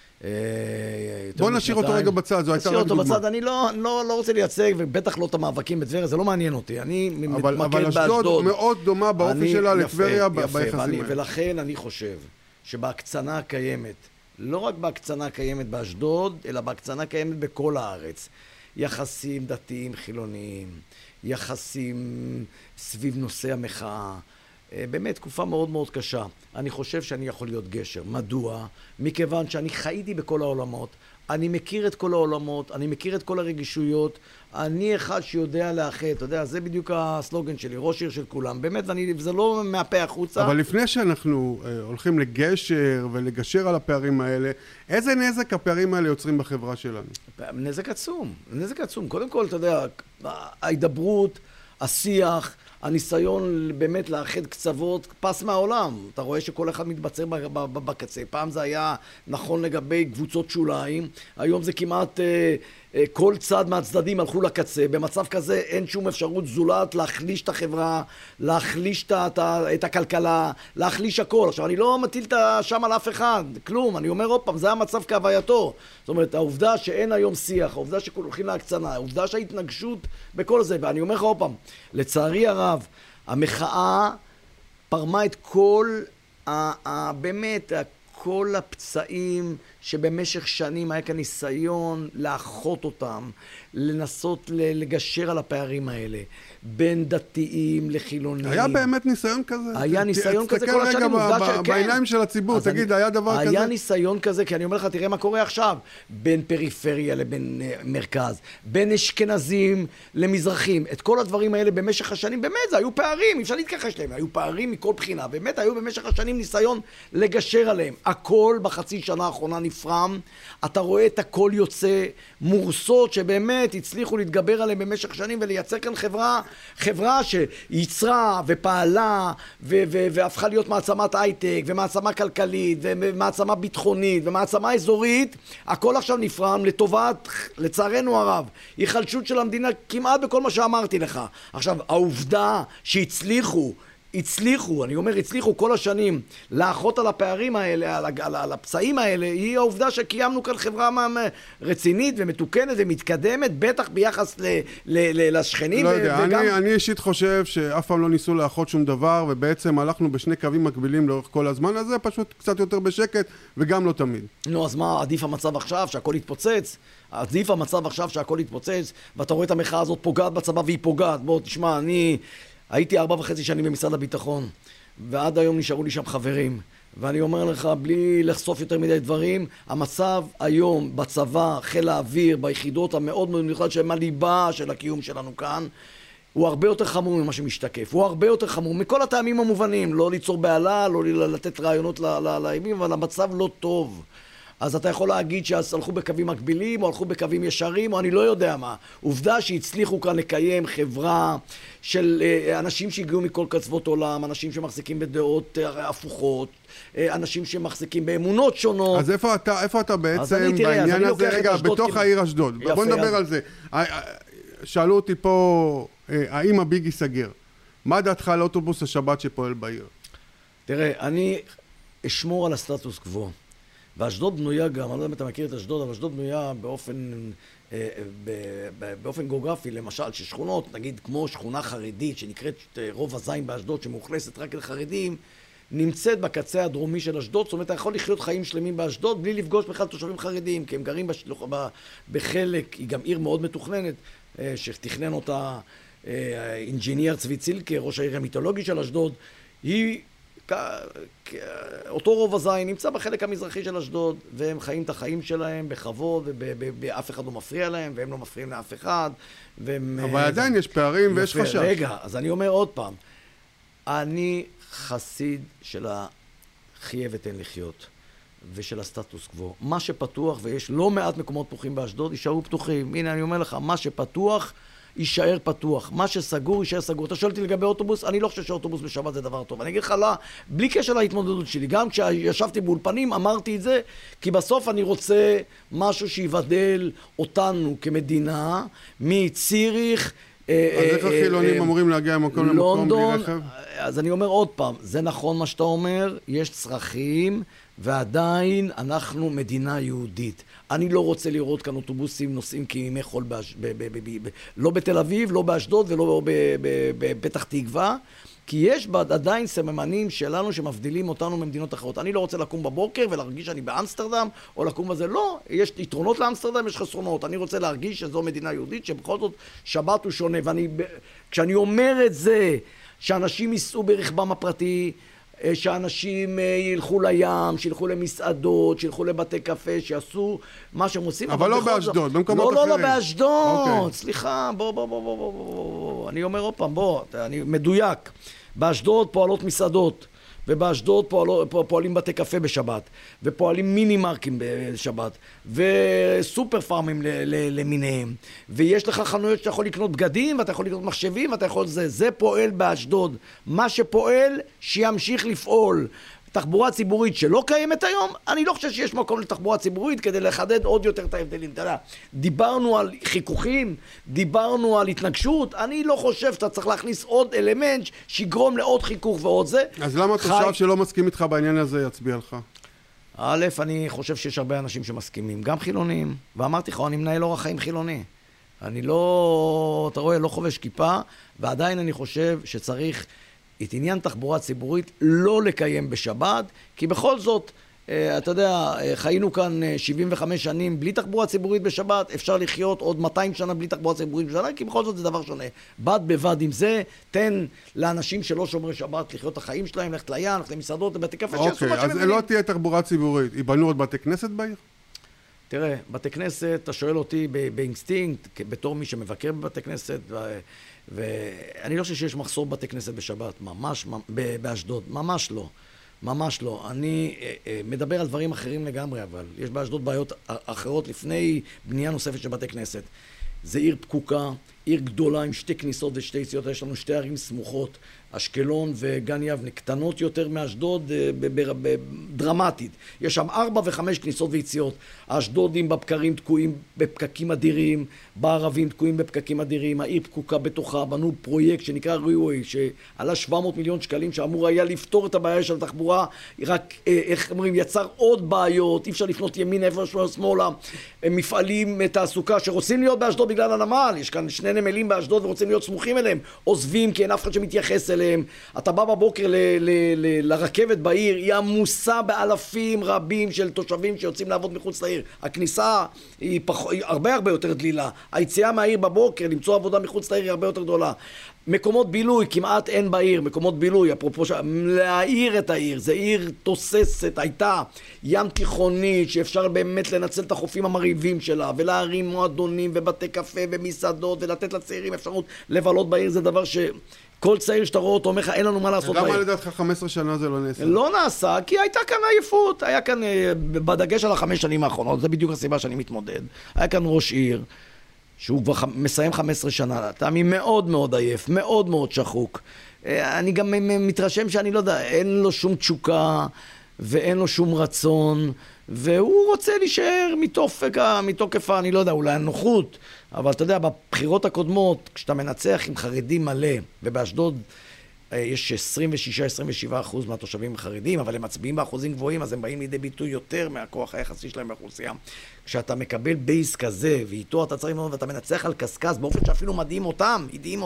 בוא נשאיר אותו רגע בצד, זו הייתה רק דוגמה. בצד, אני לא רוצה לייצג, ובטח לא את המאבקים בטבריה, זה לא מעניין אותי. אני מתמקד באשדוד. אבל אשדוד מאוד דומה באופי שלה לטבריה ביחסים האלה. ולכן אני חושב שבהקצנה הקיימת, לא רק בהקצנה הקיימת באשדוד, אלא בהקצנה הקיימת בכל הארץ. יחסים דתיים חילוניים, יחסים סביב נושא המחאה. באמת תקופה מאוד מאוד קשה. אני חושב שאני יכול להיות גשר. מדוע? מכיוון שאני חייתי בכל העולמות, אני מכיר את כל העולמות, אני מכיר את כל הרגישויות, אני אחד שיודע לאחד, אתה יודע, זה בדיוק הסלוגן שלי, ראש עיר של כולם, באמת, וזה לא מהפה החוצה. אבל לפני שאנחנו הולכים לגשר ולגשר על הפערים האלה, איזה נזק הפערים האלה יוצרים בחברה שלנו? נזק עצום. קודם כל, אתה יודע, ההידברות, השיח, הניסיון באמת לאחד קצוות פס מהעולם. אתה רואה שכל אחד מתבצר בקצה. פעם זה היה נכון לגבי קבוצות שוליים, היום זה כמעט כל צד מהצדדים הלכו לקצה. במצב כזה אין שום אפשרות זולת להחליש את החברה, להחליש את הכלכלה, להחליש הכל. עכשיו אני לא מטיל את השם על אף אחד, כלום. אני אומר עוד פעם, זה המצב כהווייתו. זאת אומרת, העובדה שאין היום שיח, העובדה שכולם הולכים להקצנה, העובדה שההתנגשות בכל זה, ואני אומר לך עוד פעם, לצערי הרב, המחאה פרמה את כל באמת כל הפצעים שבמשך שנים היה כאן ניסיון לאחות אותם, לנסות לגשר על הפערים האלה, בין דתיים לחילונים. היה באמת ניסיון כזה? היה ניסיון כזה כל השנים. תסתכל רגע בעיניים של הציבור, תגיד, היה דבר כזה? היה ניסיון כזה, כי אני אומר לך, תראה מה קורה עכשיו, בין פריפריה לבין מרכז, בין אשכנזים למזרחים, את כל הדברים האלה במשך השנים, באמת, זה היו פערים, אי אפשר להתכחש להם, היו פערים מכל בחינה, באמת היו במשך השנים ניסיון לגשר עליהם. הכל בחצי שנה האחרונה נפרם, אתה רואה את הכל יוצא, מורסות שבאמת הצליחו להתגבר עליהם במשך שנים ולייצר כאן חברה שייצרה ופעלה והפכה להיות מעצמת הייטק ומעצמה כלכלית ומעצמה ביטחונית ומעצמה אזורית, הכל עכשיו נפרם לטובת, לצערנו הרב, היחלשות של המדינה כמעט בכל מה שאמרתי לך. עכשיו, העובדה שהצליחו, אני אומר הצליחו כל השנים לאחות על הפערים האלה, על הפצעים האלה, היא העובדה שקיימנו כאן חברה רצינית ומתוקנת ומתקדמת, בטח ביחס לשכנים. לא יודע, אני אישית חושב שאף פעם לא ניסו לאחות שום דבר, ובעצם הלכנו בשני קווים מקבילים לאורך כל הזמן הזה, פשוט קצת יותר בשקט, וגם לא תמיד. נו, אז מה, עדיף המצב עכשיו שהכל יתפוצץ? עדיף המצב עכשיו שהכל יתפוצץ, ואתה רואה את המחאה הזאת פוגעת בצבא והיא פוגעת. בוא, תשמע, אני הייתי 4.5 שנים במשרד הביטחון, ועד היום נשארו לי שם חברים. ואני אומר לך, בלי לחשוף יותר מדי דברים, המצב היום בצבא, חיל האוויר, ביחידות המאוד מאוד מיוחד שהן הליבה של הקיום שלנו כאן, הוא הרבה יותר חמור ממה שמשתקף. הוא הרבה יותר חמור מכל הטעמים המובנים. לא ליצור בעלה, לא לתת רעיונות לאימים, אבל המצב לא טוב. אז אתה יכול להגיד שהלכו בקווים מקבילים, או הלכו בקווים ישרים, או אני לא יודע מה. עובדה שהצליחו כאן לקיים חברה של אנשים שהגיעו מכל קצוות עולם, אנשים שמחזיקים בדעות הפוכות, אנשים שמחזיקים באמונות שונות. אז איפה אתה בעצם בעניין הזה, רגע, בתוך העיר אשדוד? בוא נדבר על זה. שאלו אותי פה, האם הביג ייסגר? מה דעתך על אוטובוס השבת שפועל בעיר? תראה, אני אשמור על הסטטוס קוו. ואשדוד בנויה גם, אני לא יודע אם אתה מכיר את אשדוד, אבל אשדוד בנויה באופן גיאוגרפי, למשל, ששכונות, נגיד כמו שכונה חרדית, שנקראת רוב הזין באשדוד, שמאוכלסת רק לחרדים, נמצאת בקצה הדרומי של אשדוד, זאת אומרת, אתה יכול לחיות חיים שלמים באשדוד, בלי לפגוש בכלל תושבים חרדים, כי הם גרים בחלק, היא גם עיר מאוד מתוכננת, שתכנן אותה אינג'ינייר צבי צילקה, ראש העיר המיתולוגי של אשדוד, היא אותו רוב הזין נמצא בחלק המזרחי של אשדוד, והם חיים את החיים שלהם בכבוד, ואף אחד לא מפריע להם, והם לא מפריעים לאף אחד. אבל עדיין יש פערים ויש חשש. רגע, אז אני אומר עוד פעם, אני חסיד של החיה ותן לחיות, ושל הסטטוס קוו. מה שפתוח, ויש לא מעט מקומות פתוחים באשדוד, יישארו פתוחים. הנה, אני אומר לך, מה שפתוח יישאר פתוח. מה שסגור, יישאר סגור. אתה שואל אותי לגבי אוטובוס, אני לא חושב שאוטובוס בשבת זה דבר טוב. אני אגיד לך לא, בלי קשר להתמודדות שלי. גם כשישבתי באולפנים אמרתי את זה, כי בסוף אני רוצה משהו שיבדל אותנו כמדינה, מציריך, אז איך החילונים אמורים להגיע ממקום למקום בלי רכב? אז אני אומר עוד פעם, זה נכון מה שאתה אומר, יש צרכים, ועדיין אנחנו מדינה יהודית. אני לא רוצה לראות כאן אוטובוסים נוסעים כימי חול, לא בתל אביב, לא באשדוד ולא בפתח תקווה, כי יש עדיין סממנים שלנו שמבדילים אותנו ממדינות אחרות. אני לא רוצה לקום בבוקר ולהרגיש שאני באמסטרדם, או לקום בזה. לא, יש יתרונות לאמסטרדם, יש חסרונות. אני רוצה להרגיש שזו מדינה יהודית, שבכל זאת שבת הוא שונה. כשאני אומר את זה, שאנשים ייסעו ברכבם הפרטי, שאנשים ילכו לים, שילכו למסעדות, שילכו לבתי קפה, שיעשו מה שהם עושים. אבל לא באשדוד, במקומות אחרים. לא באשדוד, סליחה, בוא. אני אומר עוד פעם, אני מדויק. באשדוד פועלות מסעדות, ובאשדוד פועלים בתי קפה בשבת, ופועלים מיני מרקים בשבת, וסופר פארמים למיניהם, ויש לך חנויות שאתה יכול לקנות בגדים, ואתה יכול לקנות מחשבים, ואתה יכול זה פועל באשדוד. מה שפועל, שימשיך לפעול. תחבורה ציבורית שלא קיימת היום, אני לא חושב שיש מקום לתחבורה ציבורית כדי לחדד עוד יותר את ההבדלים. אתה יודע, דיברנו על חיכוכים, דיברנו על התנגשות, אני לא חושב שאתה צריך להכניס עוד אלמנט שיגרום לעוד חיכוך ועוד זה. אז למה תושב שלא מסכים איתך בעניין הזה יצביע לך? א', אני חושב שיש הרבה אנשים שמסכימים, גם חילונים, ואמרתי לך, אני מנהל אורח חיים חילוני. אני לא, אתה רואה, לא חובש כיפה, ועדיין אני חושב שצריך את עניין תחבורה ציבורית לא לקיים בשבת, כי בכל זאת, אתה יודע, חיינו כאן 75 שנים בלי תחבורה ציבורית בשבת, אפשר לחיות עוד 200 שנה בלי תחבורה ציבורית בשבת, כי בכל זאת זה דבר שונה. בד בבד עם זה, תן לאנשים שלא שומרי שבת לחיות את החיים שלהם, ללכת לים, ללכת למסעדות, לבתי קפה, שיעשו מה שהם מבינים. אוקיי, אז לא תהיה תחבורה ציבורית. ייבנו עוד בתי כנסת בעיר? תראה, בתי כנסת, אתה שואל אותי באינסטינקט, בתור מי שמבקר בבתי כנסת, ואני לא חושב שיש מחסור בבתי כנסת בשבת, ממש, באשדוד, ממש לא. ממש לא. אני מדבר על דברים אחרים לגמרי, אבל יש באשדוד בעיות אחרות לפני בנייה נוספת של בתי כנסת. זה עיר פקוקה, עיר גדולה עם 2 כניסות ו2 יציאות, יש לנו 2 ערים סמוכות, אשקלון וגן יבנה, קטנות יותר מאשדוד דרמטית. יש שם 4 ו5 כניסות ויציאות. האשדודים בבקרים תקועים בפקקים אדירים, בערבים תקועים בפקקים אדירים, העיר פקוקה בתוכה, בנו פרויקט שנקרא ריווי, שעלה 700 מיליון שקלים, שאמור היה לפתור את הבעיה של התחבורה, רק, איך אומרים, יצר עוד בעיות, אי אפשר לפנות ימין, איפה שמאלה, מפעלים, תעסוקה שרוצים להיות באשדוד בגלל הנמל, יש כאן 2 נמלים באשדוד ורוצים להיות סמוכים אליהם, עוזבים כי אין אף אחד שמתייחס אליהם. אתה בא בבוקר לרכבת בעיר, היא עמוסה באלפים רבים של תושבים שיוצאים לעבוד מחוץ לעיר. הכניסה היא הרבה יותר דלילה. היציאה מהעיר בבוקר, למצוא עבודה מחוץ לעיר היא הרבה יותר גדולה. מקומות בילוי, כמעט אין בעיר, מקומות בילוי, אפרופו להעיר את העיר, זה עיר תוססת, הייתה ים תיכוני שאפשר באמת לנצל את החופים המרהיבים שלה, ולהרים מועדונים ובתי קפה ומסעדות, ולתת לצעירים אפשרות לבלות בעיר, זה דבר כל צעיר שאתה רואה אותו אומר לך, אין לנו מה לעשות בעיר. למה לדעתך 15 שנה זה לא נעשה? לא נעשה, כי הייתה כאן עייפות, היה כאן, בדגש על 5 שנים האחרונות, זה בדיוק הסיבה שאני מתמודד. היה כאן ראש עיר, שהוא כבר מסיים 15 שנה, טעמי מאוד מאוד עייף, מאוד מאוד שחוק. אני גם מתרשם שאני לא יודע, אין לו שום תשוקה, ואין לו שום רצון, והוא רוצה להישאר מתוקף, אני לא יודע, אולי הנוחות, אבל אתה יודע, בבחירות הקודמות, כשאתה מנצח עם חרדים מלא, ובאשדוד יש 26-27% מהתושבים חרדים, אבל הם מצביעים באחוזים גבוהים, אז הם באים לידי ביטוי יותר מהכוח היחסי שלהם באוכלוסייה. כשאתה מקבל בייס כזה, ואיתו אתה צריך מאוד, ואתה מנצח על קסקס, באופן שאפילו מדהים אותם,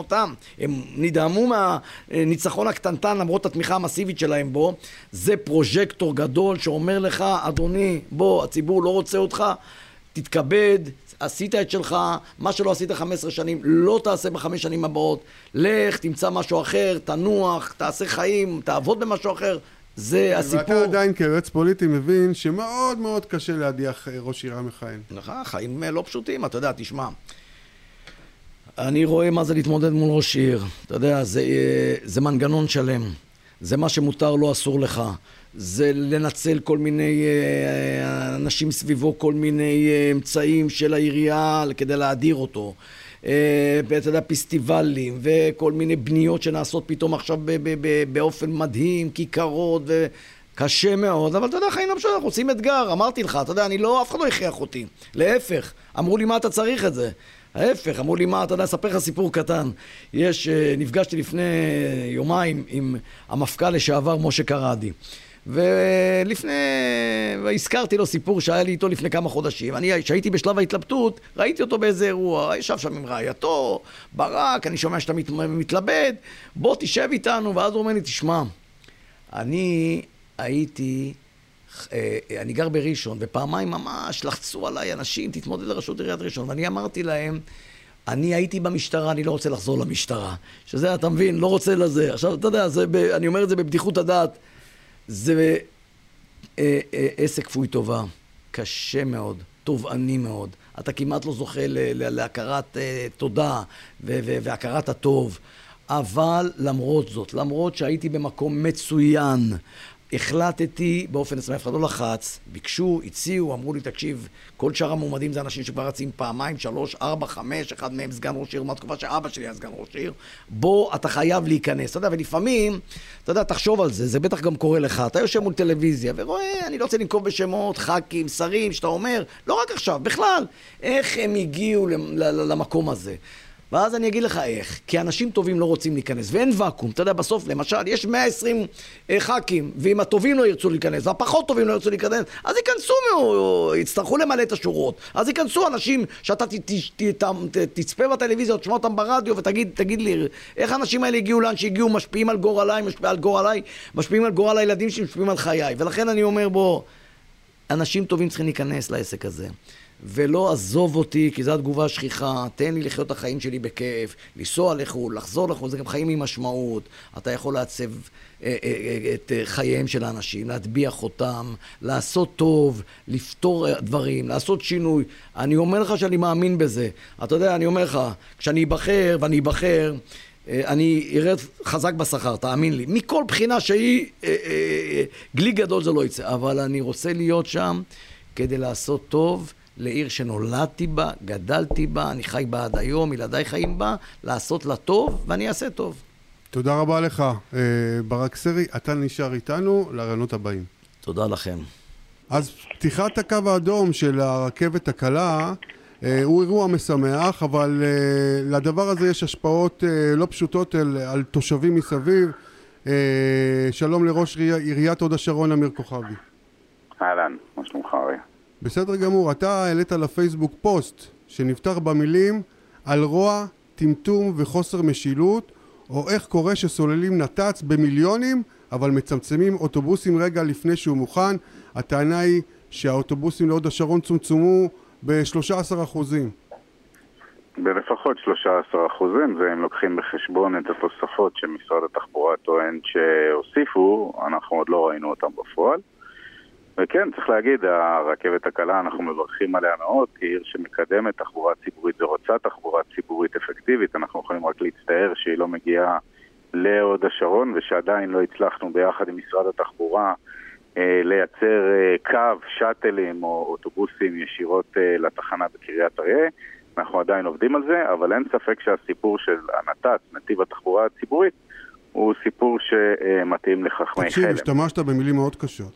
הם נדהמו מהניצחון הקטנטן, למרות התמיכה המסיבית שלהם בו, זה פרוז'קטור גדול שאומר לך, אדוני, בוא, הציבור לא רוצה אותך, תתכבד, עשית את שלך, מה שלא עשית 15 שנים, לא תעשה ב5 שנים הבאות, לך, תמצא משהו אחר, תנוח, תעשה חיים, תעבוד במשהו אחר, זה הסיפור. ואתה עדיין כיועץ פוליטי מבין שמאוד מאוד קשה להדיח ראש עירייה מכהן. נכון, חיים לא פשוטים, אתה יודע, תשמע. אני רואה מה זה להתמודד מול ראש עיר, אתה יודע, זה מנגנון שלם, זה מה שמותר לא אסור לך. זה לנצל כל מיני אנשים סביבו, כל מיני אמצעים של העירייה כדי להדיר אותו. אתה יודע, פסטיבלים וכל מיני בניות שנעשות פתאום עכשיו באופן מדהים, כיכרות וקשה מאוד, אבל אתה יודע, חיים למשל, אנחנו עושים אתגר, אמרתי לך, אתה יודע, אף אחד לא הכריח אותי, להפך, אמרו לי מה אתה צריך את זה. ההפך, אמרו לי מה, אתה יודע, אספר לך סיפור קטן. נפגשתי לפני יומיים עם המפכ"ל לשעבר משה קראדי. והזכרתי לו סיפור שהיה לי איתו לפני כמה חודשים. כשהייתי בשלב ההתלבטות, ראיתי אותו באיזה אירוע, ישב שם עם רעייתו, ברק, אני שומע שאתה מתלבט, בוא תשב איתנו, ואז הוא אומר לי, תשמע, אני גר בראשון, ופעמיים ממש לחצו עליי אנשים, תתמודד לראשות עיריית ראשון, ואני אמרתי להם, אני הייתי במשטרה, אני לא רוצה לחזור למשטרה. שזה, אתה מבין, לא רוצה לזה. עכשיו, אתה יודע, אני אומר את זה בבדיחות הדעת, זה עסק כפוי טובה, קשה מאוד, תובעני מאוד. אתה כמעט לא זוכה להכרת תודה והכרת הטוב. אבל למרות זאת, למרות שהייתי במקום מצוין, החלטתי באופן עצמי, אף אחד לא לחץ, ביקשו, הציעו, אמרו לי, תקשיב, כל שאר המועמדים זה אנשים שכבר רצים פעמיים, 3, 4, 5, אחד מהם סגן ראש עיר, מהתקופה שאבא שלי היה סגן ראש עיר, בוא, אתה חייב להיכנס, אתה יודע, ולפעמים, אתה יודע, תחשוב על זה, זה בטח גם קורה לך, אתה יושב מול טלוויזיה, ורואה, אני לא רוצה לנקוב בשמות, ח"כים, שרים, שאתה אומר, לא רק עכשיו, בכלל, איך הם הגיעו למקום הזה. ואז אני אגיד לך איך, כי אנשים טובים לא רוצים להיכנס, ואין ואקום, אתה יודע, בסוף, למשל, יש 120 ח"כים, ואם הטובים לא ירצו להיכנס, והפחות טובים לא ירצו להיכנס, אז ייכנסו, יצטרכו למלא את השורות, אז ייכנסו אנשים שאתה תצפה בטלוויזיה, תשמע אותם ברדיו, ותגיד לי, איך האנשים האלה הגיעו לאן שהגיעו, משפיעים על גורליי, משפיעים על גורל הילדים שמשפיעים על חיי, ולכן אני אומר, בוא, אנשים טובים צריכים להיכנס לעסק הזה. ולא עזוב אותי, כי זו התגובה שכיחה, תן לי לחיות את החיים שלי בכיף, לנסוע לחו"ל, לחזור לחו"ל, זה גם חיים עם משמעות, אתה יכול לעצב את חייהם של האנשים, להטביע אותם, לעשות טוב, לפתור דברים, לעשות שינוי. אני אומר לך שאני מאמין בזה. אתה יודע, אני אומר לך, כשאני אבחר, ואני אבחר, אני ארד חזק בשכר, תאמין לי. מכל בחינה שהיא, גלי גדול זה לא יצא. אבל אני רוצה להיות שם כדי לעשות טוב לעיר שנולדתי בה, גדלתי בה, אני חי בה עד היום, ילדיי חיים בה, לעשות לה טוב, ואני אעשה טוב. תודה רבה לך, ברק סרי. אתה נשאר איתנו לרעיונות הבאים. תודה לכם. אז פתיחת הקו האדום של הרכבת הקלה הוא אירוע משמח, אבל לדבר הזה יש השפעות לא פשוטות על תושבים מסביב. שלום לראש עיריית הוד השרון, אמיר כוכבי. אהלן, מה שלומך אריה? בסדר גמור. אתה העלית לפייסבוק פוסט שנפתח במילים על רוע, טמטום וחוסר משילות, או איך קורה שסוללים נת"צ במיליונים אבל מצמצמים אוטובוסים רגע לפני שהוא מוכן. הטענה היא שהאוטובוסים להוד השרון צומצמו ב-13%. בלפחות 13%, והם לוקחים בחשבון את התוספות שמשרד התחבורה טוען שהוסיפו, אנחנו עוד לא ראינו אותם בפועל. וכן, צריך להגיד, הרכבת הקלה, אנחנו מברכים עליה מאוד, כעיר שמקדמת תחבורה ציבורית ורוצה תחבורה ציבורית אפקטיבית. אנחנו יכולים רק להצטער שהיא לא מגיעה להוד השרון, ושעדיין לא הצלחנו ביחד עם משרד התחבורה לייצר קו, שטלים או אוטובוסים ישירות לתחנה בקריית אריה. אנחנו עדיין עובדים על זה, אבל אין ספק שהסיפור של הנת"צ, נתיב התחבורה הציבורית, הוא סיפור שמתאים לחכמי חלם. תקשיב, השתמשת במילים מאוד קשות.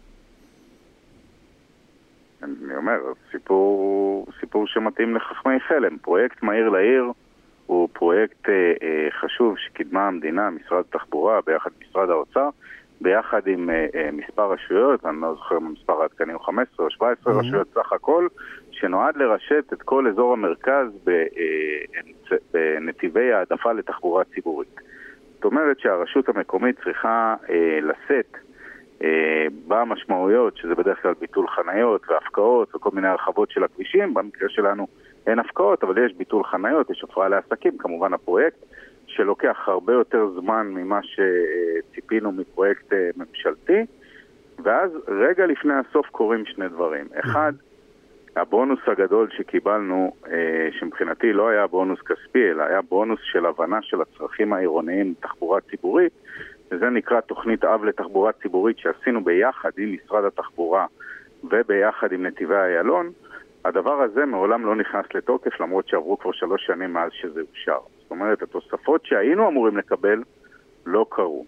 אני אומר, סיפור שמתאים לחכמי חלם. פרויקט מהיר לעיר הוא פרויקט חשוב שקידמה המדינה, משרד התחבורה, ביחד עם משרד האוצר, ביחד עם מספר רשויות, אני לא זוכר מספר העדכני הוא 15 או 17 רשויות סך הכל, שנועד לרשת את כל אזור המרכז בנתיבי העדפה לתחבורה ציבורית. זאת אומרת שהרשות המקומית צריכה לשאת במשמעויות, שזה בדרך כלל ביטול חניות והפקעות וכל מיני הרחבות של הכבישים. במקרה שלנו אין הפקעות, אבל יש ביטול חניות, יש הפרעה לעסקים, כמובן הפרויקט שלוקח הרבה יותר זמן ממה שציפינו מפרויקט ממשלתי, ואז רגע לפני הסוף קורים שני דברים. אחד, הבונוס הגדול שקיבלנו, שמבחינתי לא היה בונוס כספי, אלא היה בונוס של הבנה של הצרכים העירוניים בתחבורה ציבורית, וזה נקרא תוכנית אב לתחבורה ציבורית שעשינו ביחד עם משרד התחבורה וביחד עם נתיבי איילון. הדבר הזה מעולם לא נכנס לתוקף, למרות שעברו כבר 3 שנים מאז שזה אושר. זאת אומרת, התוספות שהיינו אמורים לקבל לא קרו.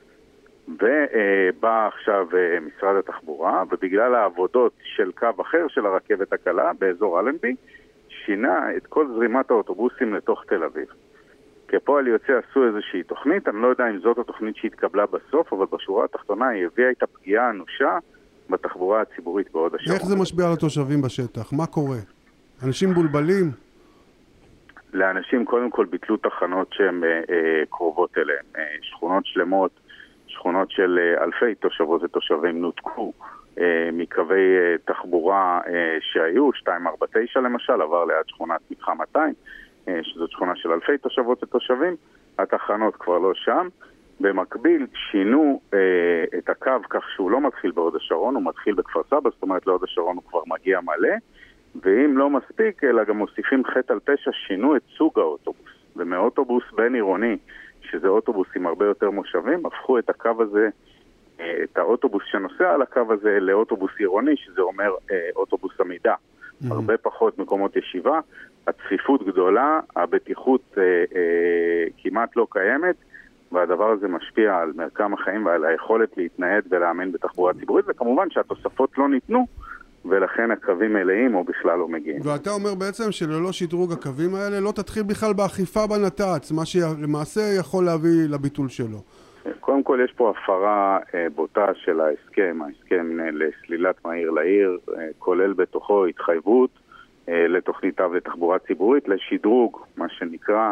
ובא עכשיו משרד התחבורה, ובגלל העבודות של קו אחר של הרכבת הקלה באזור אלנבי, שינה את כל זרימת האוטובוסים לתוך תל אביב. כפועל יוצא עשו איזושהי תוכנית, אני לא יודע אם זאת התוכנית שהתקבלה בסוף, אבל בשורה התחתונה היא הביאה את הפגיעה האנושה בתחבורה הציבורית בהוד השרון. איך זה משפיע על התושבים בשטח? מה קורה? אנשים בולבלים? לאנשים קודם כל ביטלו תחנות שהן קרובות אליהם. שכונות שלמות, שכונות של אלפי תושבות ותושבים נותקו מקווי תחבורה שהיו, 249 למשל, עבר ליד שכונת מתחם 200, שזאת שכונה של אלפי תושבות ותושבים, התחנות כבר לא שם. במקביל שינו את הקו כך שהוא לא מתחיל בהוד השרון, הוא מתחיל בכפר סבא, זאת אומרת להוד השרון הוא כבר מגיע מלא, ואם לא מספיק, אלא גם מוסיפים חטא על פשע, שינו את סוג האוטובוס. ומאוטובוס בין עירוני, שזה אוטובוס עם הרבה יותר מושבים, הפכו את הקו הזה, את האוטובוס שנוסע על הקו הזה, לאוטובוס עירוני, שזה אומר אוטובוס עמידה. הרבה פחות מקומות ישיבה, הצפיפות גדולה, הבטיחות כמעט לא קיימת, והדבר הזה משפיע על מרקם החיים ועל היכולת להתנהד ולאמן בתחבורה ציבורית, וכמובן שהתוספות לא ניתנו, ולכן הקווים מלאים או בכלל לא מגיעים. ואתה אומר בעצם שללא שדרוג הקווים האלה לא תתחיל בכלל באכיפה בנת"צ, מה שלמעשה יכול להביא לביטול שלו. קודם כל יש פה הפרה בוטה של ההסכם לסלילת מהיר לעיר, כולל בתוכו התחייבות לתוכנית אב לתחבורה ציבורית, לשדרוג, מה שנקרא,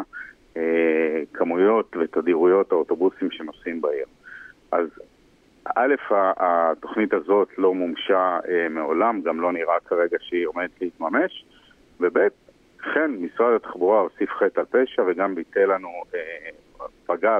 כמויות ותדירויות האוטובוסים שנוסעים בעיר. אז א', התוכנית הזאת לא מומשה מעולם, גם לא נראה כרגע שהיא עומדת להתממש, וב', כן, משרד התחבורה הוסיף חטא על פשע וגם ביטל לנו, פגע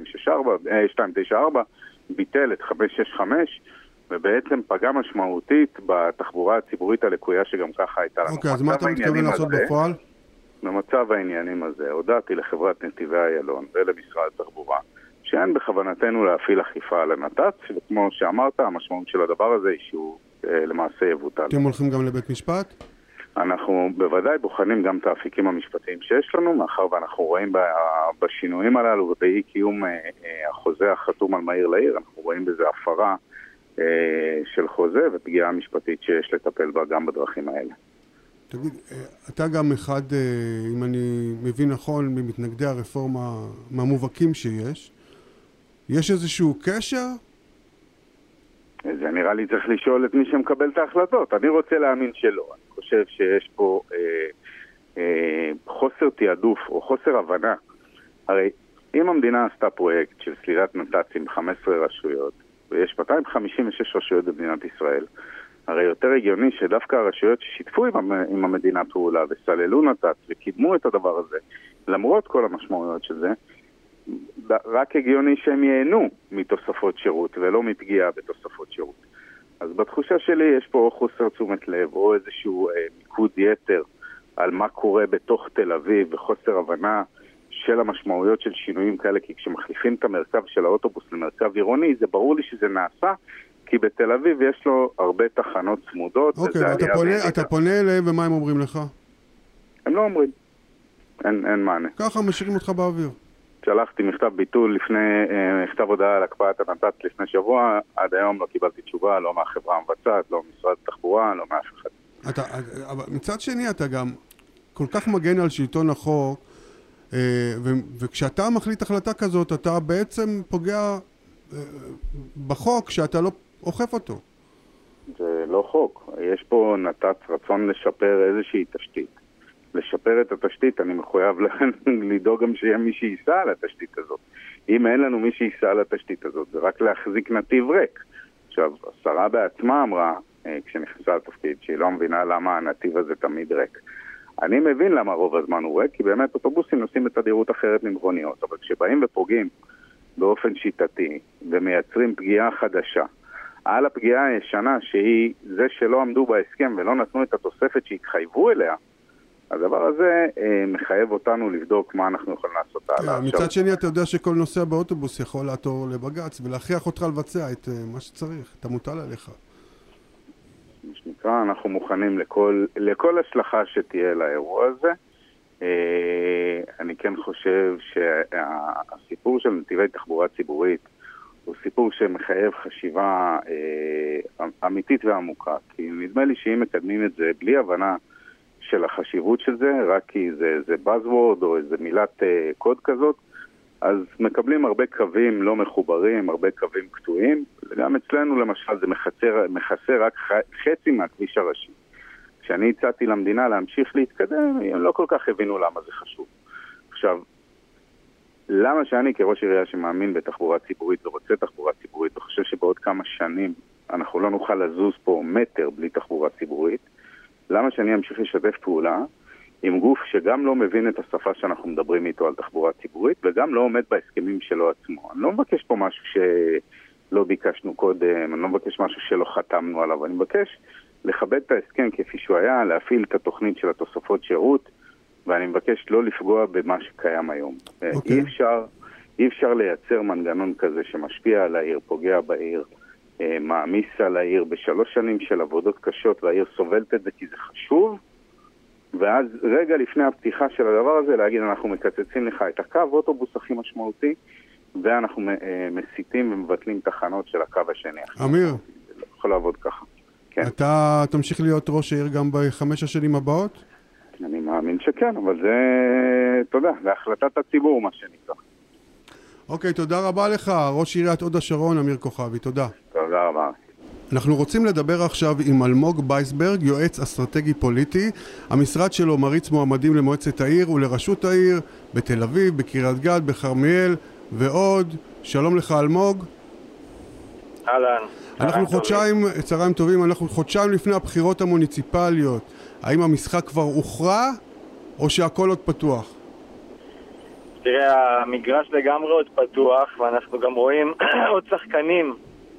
ב-294, ביטל את 565, ובעצם פגע משמעותית בתחבורה הציבורית הלקויה שגם ככה הייתה לנו. אוקיי, אז מה אתה מתכוון לעשות בפועל? במצב העניינים הזה, הודעתי לחברת נתיבי איילון ולמשרד התחבורה, שאין בכוונתנו להפעיל אכיפה על הנת"צ, וכמו שאמרת, המשמעות של הדבר הזה היא שהוא למעשה יבוטל. אתם הולכים גם לבית משפט? אנחנו בוודאי בוחנים גם את האפיקים המשפטיים שיש לנו, מאחר ואנחנו רואים בשינויים הללו ובאי קיום החוזה החתום על מהיר לעיר, אנחנו רואים בזה הפרה של חוזה ופגיעה משפטית שיש לטפל בה גם בדרכים האלה. תגיד, אתה גם אחד, אם אני מבין נכון, ממתנגדי הרפורמה מהמובהקים שיש. יש איזשהו קשר? זה נראה לי צריך לשאול את מי שמקבל את ההחלטות. אני רוצה להאמין שלא. אני חושב שיש פה חוסר תיעדוף או חוסר הבנה. הרי אם המדינה עשתה פרויקט של סלילת נת"צ עם 15 רשויות, ויש 256 רשויות במדינת ישראל, הרי יותר הגיוני שדווקא הרשויות ששיתפו עם המדינה פעולה וסללו נת"צ וקידמו את הדבר הזה, למרות כל המשמעויות של זה, רק הגיוני שהם ייהנו מתוספות שירות ולא מפגיעה בתוספות שירות. אז בתחושה שלי יש פה חוסר תשומת לב או איזשהו מיקוד יתר על מה קורה בתוך תל אביב וחוסר הבנה של המשמעויות של שינויים כאלה, כי כשמחליפים את המרכב של האוטובוס למרכב עירוני, זה ברור לי שזה נעשה, כי בתל אביב יש לו הרבה תחנות צמודות. אוקיי, אתה פונה אליהם ומה הם אומרים לך? הם לא אומרים. אין מענה. ככה משאירים אותך באוויר. שלחתי מכתב ביטול מכתב הודעה על הקפאת הנת"צ לפני שבוע, עד היום לא קיבלתי תשובה, לא מהחברה המבצעת, לא משרד התחבורה, לא מאף אחד. מצד שני אתה גם כל כך מגן על שלטון החוק, וכשאתה מחליט החלטה כזאת, אתה בעצם פוגע בחוק שאתה לא אוכף אותו. זה לא חוק. יש פה נת"צ רצון לשפר איזושהי תשתית. לשפר את התשתית, אני מחויב לדאוג גם שיהיה מי שייסע על התשתית הזאת. אם אין לנו מי שייסע על התשתית הזאת, זה רק להחזיק נתיב ריק. עכשיו, השרה בעצמה אמרה, כשנכנסה לתפקיד, שהיא לא מבינה למה הנתיב הזה תמיד ריק. אני מבין למה רוב הזמן הוא ריק, כי באמת אוטובוסים נוסעים בתדירות אחרת ממכוניות, אבל כשבאים ופוגעים באופן שיטתי ומייצרים פגיעה חדשה, על הפגיעה הישנה שהיא זה שלא עמדו בהסכם ולא נתנו את התוספת שהתחייבו אליה, הדבר הזה מחייב אותנו לבדוק מה אנחנו יכולים לעשות עליו. מצד שני אתה יודע שכל נוסע באוטובוס יכול לעתור לבג"ץ ולהכריח אותך לבצע את מה שצריך, אתה מוטל עליך. שנקרא, אנחנו מוכנים לכל השלכה שתהיה לאירוע הזה. אני כן חושב שהסיפור של נתיבי תחבורה ציבורית הוא סיפור שמחייב חשיבה אמיתית ועמוקה, כי נדמה לי שאם מקדמים את זה בלי הבנה של החשיבות של זה, רק כי זה buzzword או איזה מילת קוד כזאת, אז מקבלים הרבה קווים לא מחוברים, הרבה קווים קטועים. גם אצלנו למשל זה מכסה רק חצי מהכביש הראשי. כשאני הצעתי למדינה להמשיך להתקדם, הם לא כל כך הבינו למה זה חשוב. עכשיו, למה שאני כראש עירייה שמאמין בתחבורה ציבורית ורוצה תחבורה ציבורית, וחושב שבעוד כמה שנים אנחנו לא נוכל לזוז פה מטר בלי תחבורה ציבורית, למה שאני אמשיך לשתף פעולה עם גוף שגם לא מבין את השפה שאנחנו מדברים איתו על תחבורה ציבורית, וגם לא עומד בהסכמים שלו עצמו. אני לא מבקש פה משהו שלא ביקשנו קודם, אני לא מבקש משהו שלא חתמנו עליו, אני מבקש לכבד את ההסכם כפי שהוא היה, להפעיל את התוכנית של התוספות שירות, ואני מבקש לא לפגוע במה שקיים היום. אי אפשר לייצר מנגנון כזה שמשפיע על העיר, פוגע בעיר, מעמיס על העיר בשלוש שנים של עבודות קשות, והעיר סובלת את זה כי זה חשוב, ואז רגע לפני הפתיחה של הדבר הזה להגיד אנחנו מקצצים לך את הקו אוטובוס הכי משמעותי, ואנחנו מסיטים ומבטלים תחנות של הקו השני. אמיר, זה יכול לעבוד ככה. כן. אתה תמשיך להיות ראש העיר גם ב5 השנים הבאות? אני מאמין שכן, אבל זה, תודה, להחלטת הציבור מה שנקרא. אוקיי, תודה רבה לך, ראש עיריית הוד השרון, אמיר כוכבי, תודה. תודה רבה. אנחנו רוצים לדבר עכשיו עם אלמוג בייסברג, יועץ אסטרטגי פוליטי. המשרד שלו מריץ מועמדים למועצת העיר ולראשות העיר בתל אביב, בקריית גת, בכרמיאל ועוד. שלום לך אלמוג. אהלן. צהריים טובים, אנחנו חודשיים לפני הבחירות המוניציפליות. האם המשחק כבר הוכרע או שהכל עוד פתוח? תראה, המגרש לגמרי עוד פתוח, ואנחנו גם רואים עוד שחקנים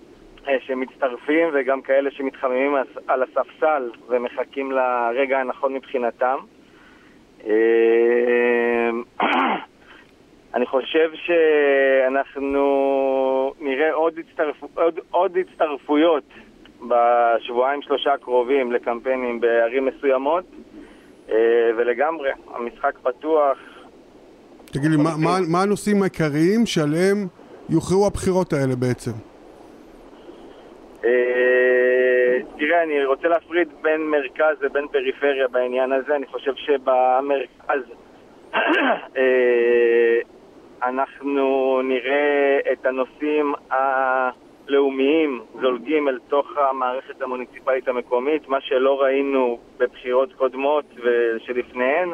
שמצטרפים וגם כאלה שמתחממים על הספסל ומחכים לרגע הנכון מבחינתם. אני חושב שאנחנו נראה עוד הצטרפויות בשבועיים שלושה הקרובים לקמפיינים בערים מסוימות, ולגמרי, המשחק פתוח. תגיד לי, מה הנושאים העיקריים שעליהם יוכרעו הבחירות האלה בעצם? תראה, אני רוצה להפריד בין מרכז ובין פריפריה בעניין הזה. אני חושב שבמרכז אנחנו נראה את הנושאים הלאומיים זולגים אל תוך המערכת המוניציפלית המקומית, מה שלא ראינו בבחירות קודמות ושלפניהן.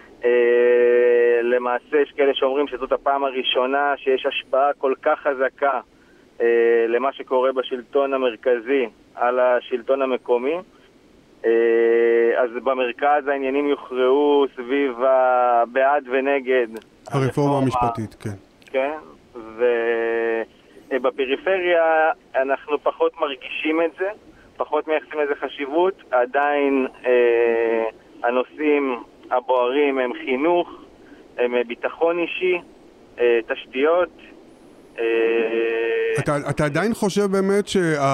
למעשה יש כאלה שאומרים שזאת הפעם הראשונה שיש השפעה כל כך חזקה למה שקורה בשלטון המרכזי על השלטון המקומי. אז במרכז העניינים יוכרעו סביב בעד ונגד הרפורמה המשפטית, כן. כן, ובפריפריה אנחנו פחות מרגישים את זה, פחות מייחסים לזה חשיבות. עדיין הנושאים הבוערים הם חינוך, הם ביטחון אישי, תשתיות. אתה עדיין חושב באמת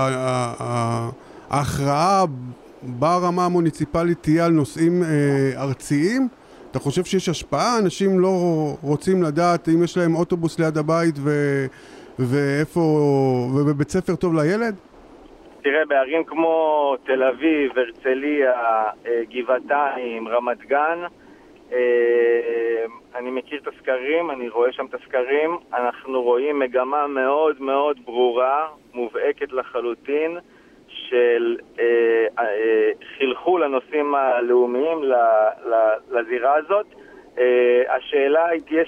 שההכרעה ברמה המוניציפלית תהיה על נושאים ארציים? אתה חושב שיש השפעה? אנשים לא רוצים לדעת אם יש להם אוטובוס ליד הבית ואיפה, ובבית ספר טוב לילד? תראה, בערים כמו תל אביב, הרצליה, גבעתיים, רמת גן, אני מכיר את הסקרים, אני רואה שם את הסקרים, אנחנו רואים מגמה מאוד מאוד ברורה, מובהקת לחלוטין, של חלחול הנושאים הלאומיים לזירה הזאת. השאלה היא תהיה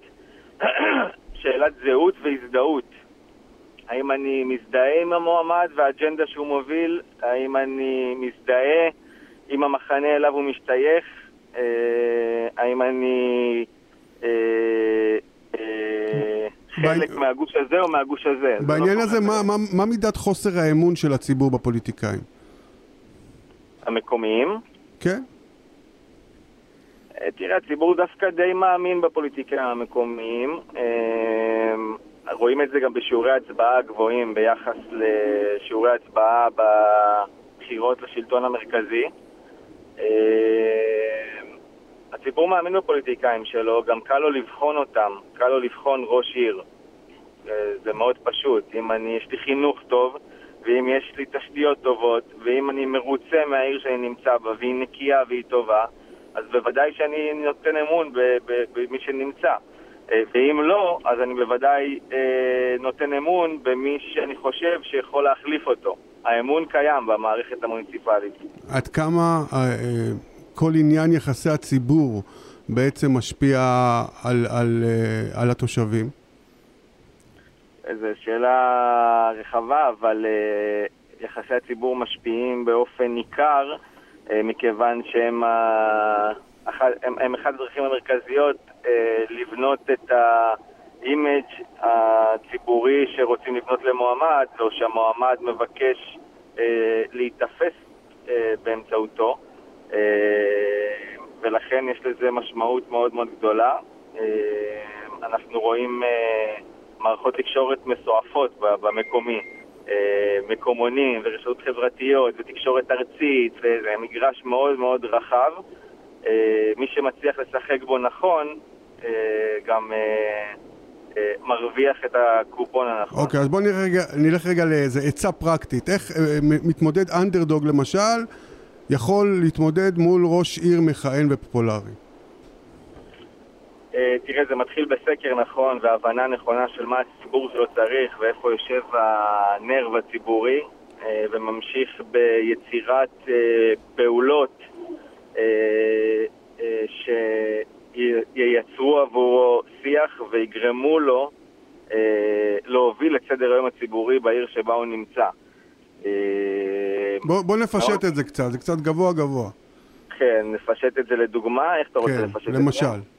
שאלת זהות והזדהות. האם אני מזדהה עם המועמד והאג'נדה שהוא מוביל? האם אני מזדהה עם המחנה אליו הוא משתייך? האם אני חלק מהגוש הזה או מהגוש הזה? בעניין הזה, מה מידת חוסר האמון של הציבור בפוליטיקאים? המקומיים? כן. תראה, הציבור דווקא די מאמין בפוליטיקאים המקומיים. רואים את זה גם בשיעורי הצבעה גבוהים ביחס לשיעורי הצבעה בבחירות לשלטון המרכזי. הציבור מאמין בפוליטיקאים שלו, גם קל לו לבחון אותם, קל לו לבחון ראש עיר. זה מאוד פשוט. אם יש לי חינוך טוב, ואם יש לי תשתיות טובות, ואם אני מרוצה מהעיר שאני נמצא בה, והיא נקייה והיא טובה, אז בוודאי שאני נותן אמון במי שנמצא. ואם לא, אז אני בוודאי נותן אמון במי שאני חושב שיכול להחליף אותו. האמון קיים במערכת המוניציפלית. עד כמה כל עניין יחסי הציבור בעצם משפיע על התושבים? זו שאלה רחבה, אבל יחסי הציבור משפיעים באופן ניכר, מכיוון שהם אחד הדרכים המרכזיות לבנות את האימג' הציבורי שרוצים לבנות למועמד, או שהמועמד מבקש להתאפס באמצעותו, ולכן יש לזה משמעות מאוד מאוד גדולה. אנחנו רואים מערכות תקשורת מסועפות במקומי, מקומונים ורשתות חברתיות ותקשורת ארצית, וזה מגרש מאוד מאוד רחב. מי שמצליח לשחק בו נכון גם מרוויח את הקופון הנכון. אוקיי, אז בואו נלך רגע לאיזה עצה פרקטית. איך מתמודד אנדרדוג למשל יכול להתמודד מול ראש עיר מכהן ופופולרי? תראה, זה מתחיל בסקר נכון והבנה נכונה של מה הציבור שלו צריך ואיפה יושב הנרב הציבורי, וממשיך ביצירת פעולות שייצרו עבורו שיח ויגרמו לו להוביל את סדר היום הציבורי בעיר שבה הוא נמצא. בוא נפשט את זה קצת, זה קצת גבוה. כן, נפשט את זה לדוגמה. איך אתה רוצה לפשט את זה?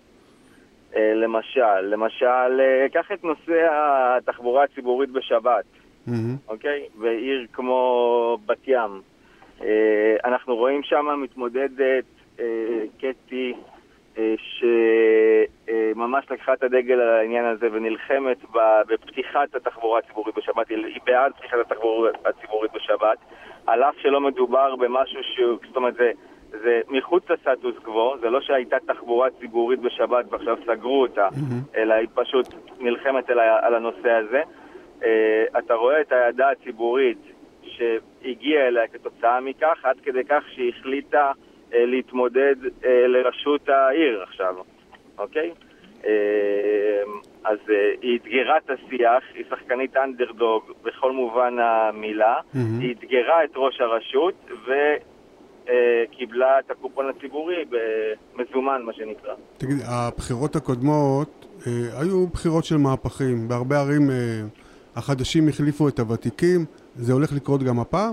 למשל, קח את נושא התחבורה הציבורית בשבת, אוקיי? בעיר כמו בת ים. אנחנו רואים שם מתמודדת קטי שממש לקחה את הדגל על העניין הזה ונלחמת בפתיחת התחבורה הציבורית בשבת, היא בעד פתיחת התחבורה הציבורית בשבת, על אף שלא מדובר במשהו זאת אומרת, זה מחוץ לסטטוס קוו, זה לא שהייתה תחבורה ציבורית בשבת ועכשיו סגרו אותה, אלא היא פשוט נלחמת על הנושא הזה. אתה רואה את הידעה הציבורית שהגיעה אליה כתוצאה מכך, עד כדי כך שהיא החליטה להתמודד לראשות העיר עכשיו, אוקיי? אז היא התגרה את השיח, היא שחקנית אנדרדוג בכל מובן המילה, היא התגרה את ראש הרשות וקיבלה את הקופון הציבורי במזומן, מה שנקרא. תגיד, הבחירות הקודמות היו בחירות של מהפכים, בהרבה ערים החדשים החליפו את הוותיקים, זה הולך לקרות גם הפעם?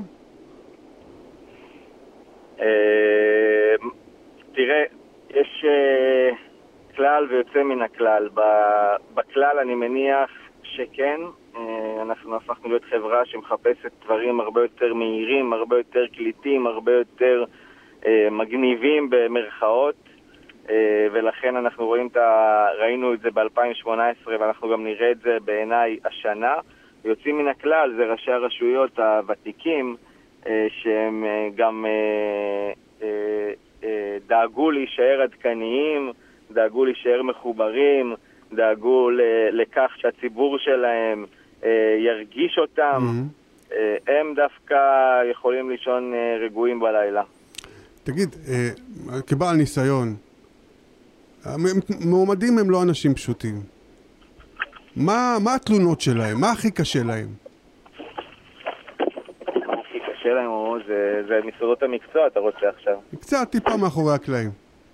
תראה, יש כלל ויוצא מן הכלל. בכלל אני מניח שכן, אנחנו הפכנו להיות חברה שמחפשת דברים הרבה יותר מהירים, הרבה יותר קליטים, הרבה יותר מגניבים במרכאות, ולכן אנחנו ראינו את זה ב-2018 ואנחנו גם נראה את זה בעיניי השנה. יוצאים מן הכלל זה ראשי הרשויות הוותיקים שהם גם דאגו להישאר עדכניים, דאגו להישאר מחוברים, דאגו לכך שהציבור שלהם ירגיש אותם, הם דווקא יכולים לישון רגועים בלילה. תגיד, כבעל ניסיון, מועמדים הם לא אנשים פשוטים. מה התלונות שלהם? מה הכי קשה להם? הכי קשה להם, זה מסודות המקצוע, אתה רוצה עכשיו. קצת טיפה מאחורי הקלעים.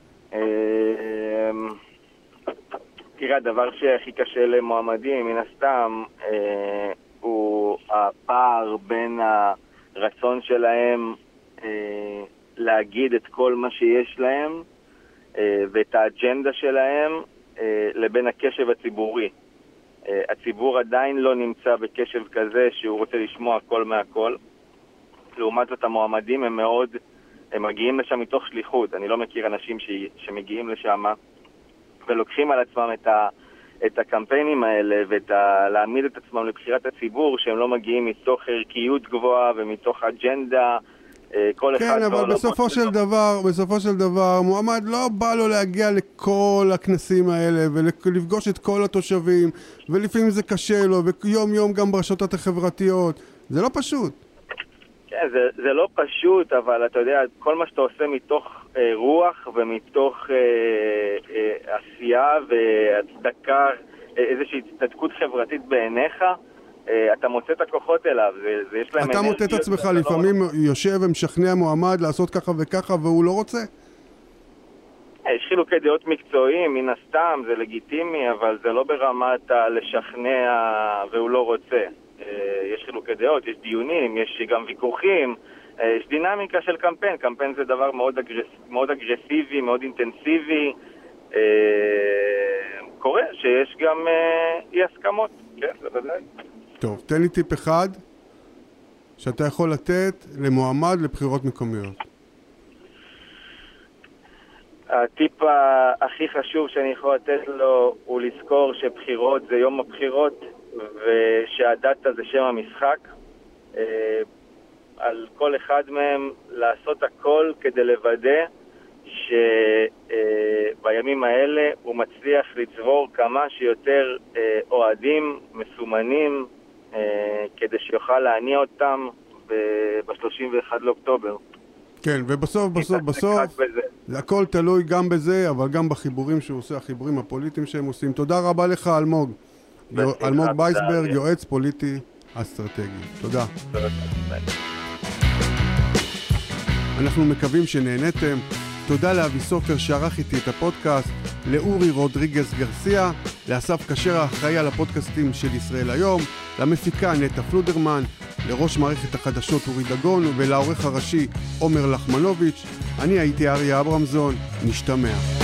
תראה, הדבר שהכי קשה למועמדים, מן הסתם, הוא הפער בין הרצון שלהם להגיד את כל מה שיש להם ואת האג'נדה שלהם לבין הקשב הציבורי. הציבור עדיין לא נמצא בקשב כזה שהוא רוצה לשמוע הכל מהכל. לעומת זאת המועמדים הם מגיעים לשם מתוך שליחות. אני לא מכיר אנשים שמגיעים לשם ולוקחים על עצמם את הקמפיינים האלה ולהעמיד את עצמם לבחירת הציבור, שהם לא מגיעים מתוך ערכיות גבוהה ומתוך אג'נדה. כן, אבל בסופו של דבר מועמד לא בא לו להגיע לכל הכנסים האלה ולפגוש את כל התושבים, ולפעמים זה קשה לו, ויום יום גם ברשתות החברתיות. זה לא פשוט. כן, זה לא פשוט, אבל אתה יודע, כל מה שאתה עושה מתוך רוח ומתוך עשייה והצדקה, איזושהי הצטדקות חברתית בעיניך, אתה מוצא את הכוחות אליו. יש להם אתה מוצא את עצמך, לפעמים יושב ומשכנע מועמד לעשות ככה וככה והוא לא רוצה? יש חילוקי דעות מקצועיים, מן הסתם, זה לגיטימי, אבל זה לא ברמת לשכנע והוא לא רוצה. יש חילוקי דעות, יש דיונים, יש גם ויכוחים, יש דינמיקה של קמפיין. קמפיין זה דבר מאוד אגרסיבי, מאוד אינטנסיבי. קורה שיש גם אי הסכמות, כן, זה ודאי. טוב, תן לי טיפ אחד שאתה יכול לתת למועמד לבחירות מקומיות. הטיפ הכי חשוב שאני יכול לתת לו הוא לזכור שבחירות זה יום הבחירות ושהדאטה זה שם המשחק. על כל אחד מהם לעשות הכל כדי לוודא שבימים האלה הוא מצליח לצבור כמה שיותר אוהדים מסומנים כדי שיוכל להניע אותם ב-31 לאוקטובר. כן, ובסוף, זה הכל תלוי גם בזה, אבל גם בחיבורים שהוא עושה, החיבורים הפוליטיים שהם עושים. תודה רבה לך, אלמוג. אלמוג בייסברג, יועץ פוליטי אסטרטגי. תודה. אנחנו מקווים שנהנתם. תודה לאבי סופר שערך איתי את הפודקאסט, לאורי רודריגז גרסיה, לאסף קשר האחראי על הפודקאסטים של ישראל היום, למפיקה נטע פלודרמן, לראש מערכת החדשות אורי דגון ולעורך הראשי עומר לחמנוביץ'. אני הייתי אריה אברמזון, נשתמע.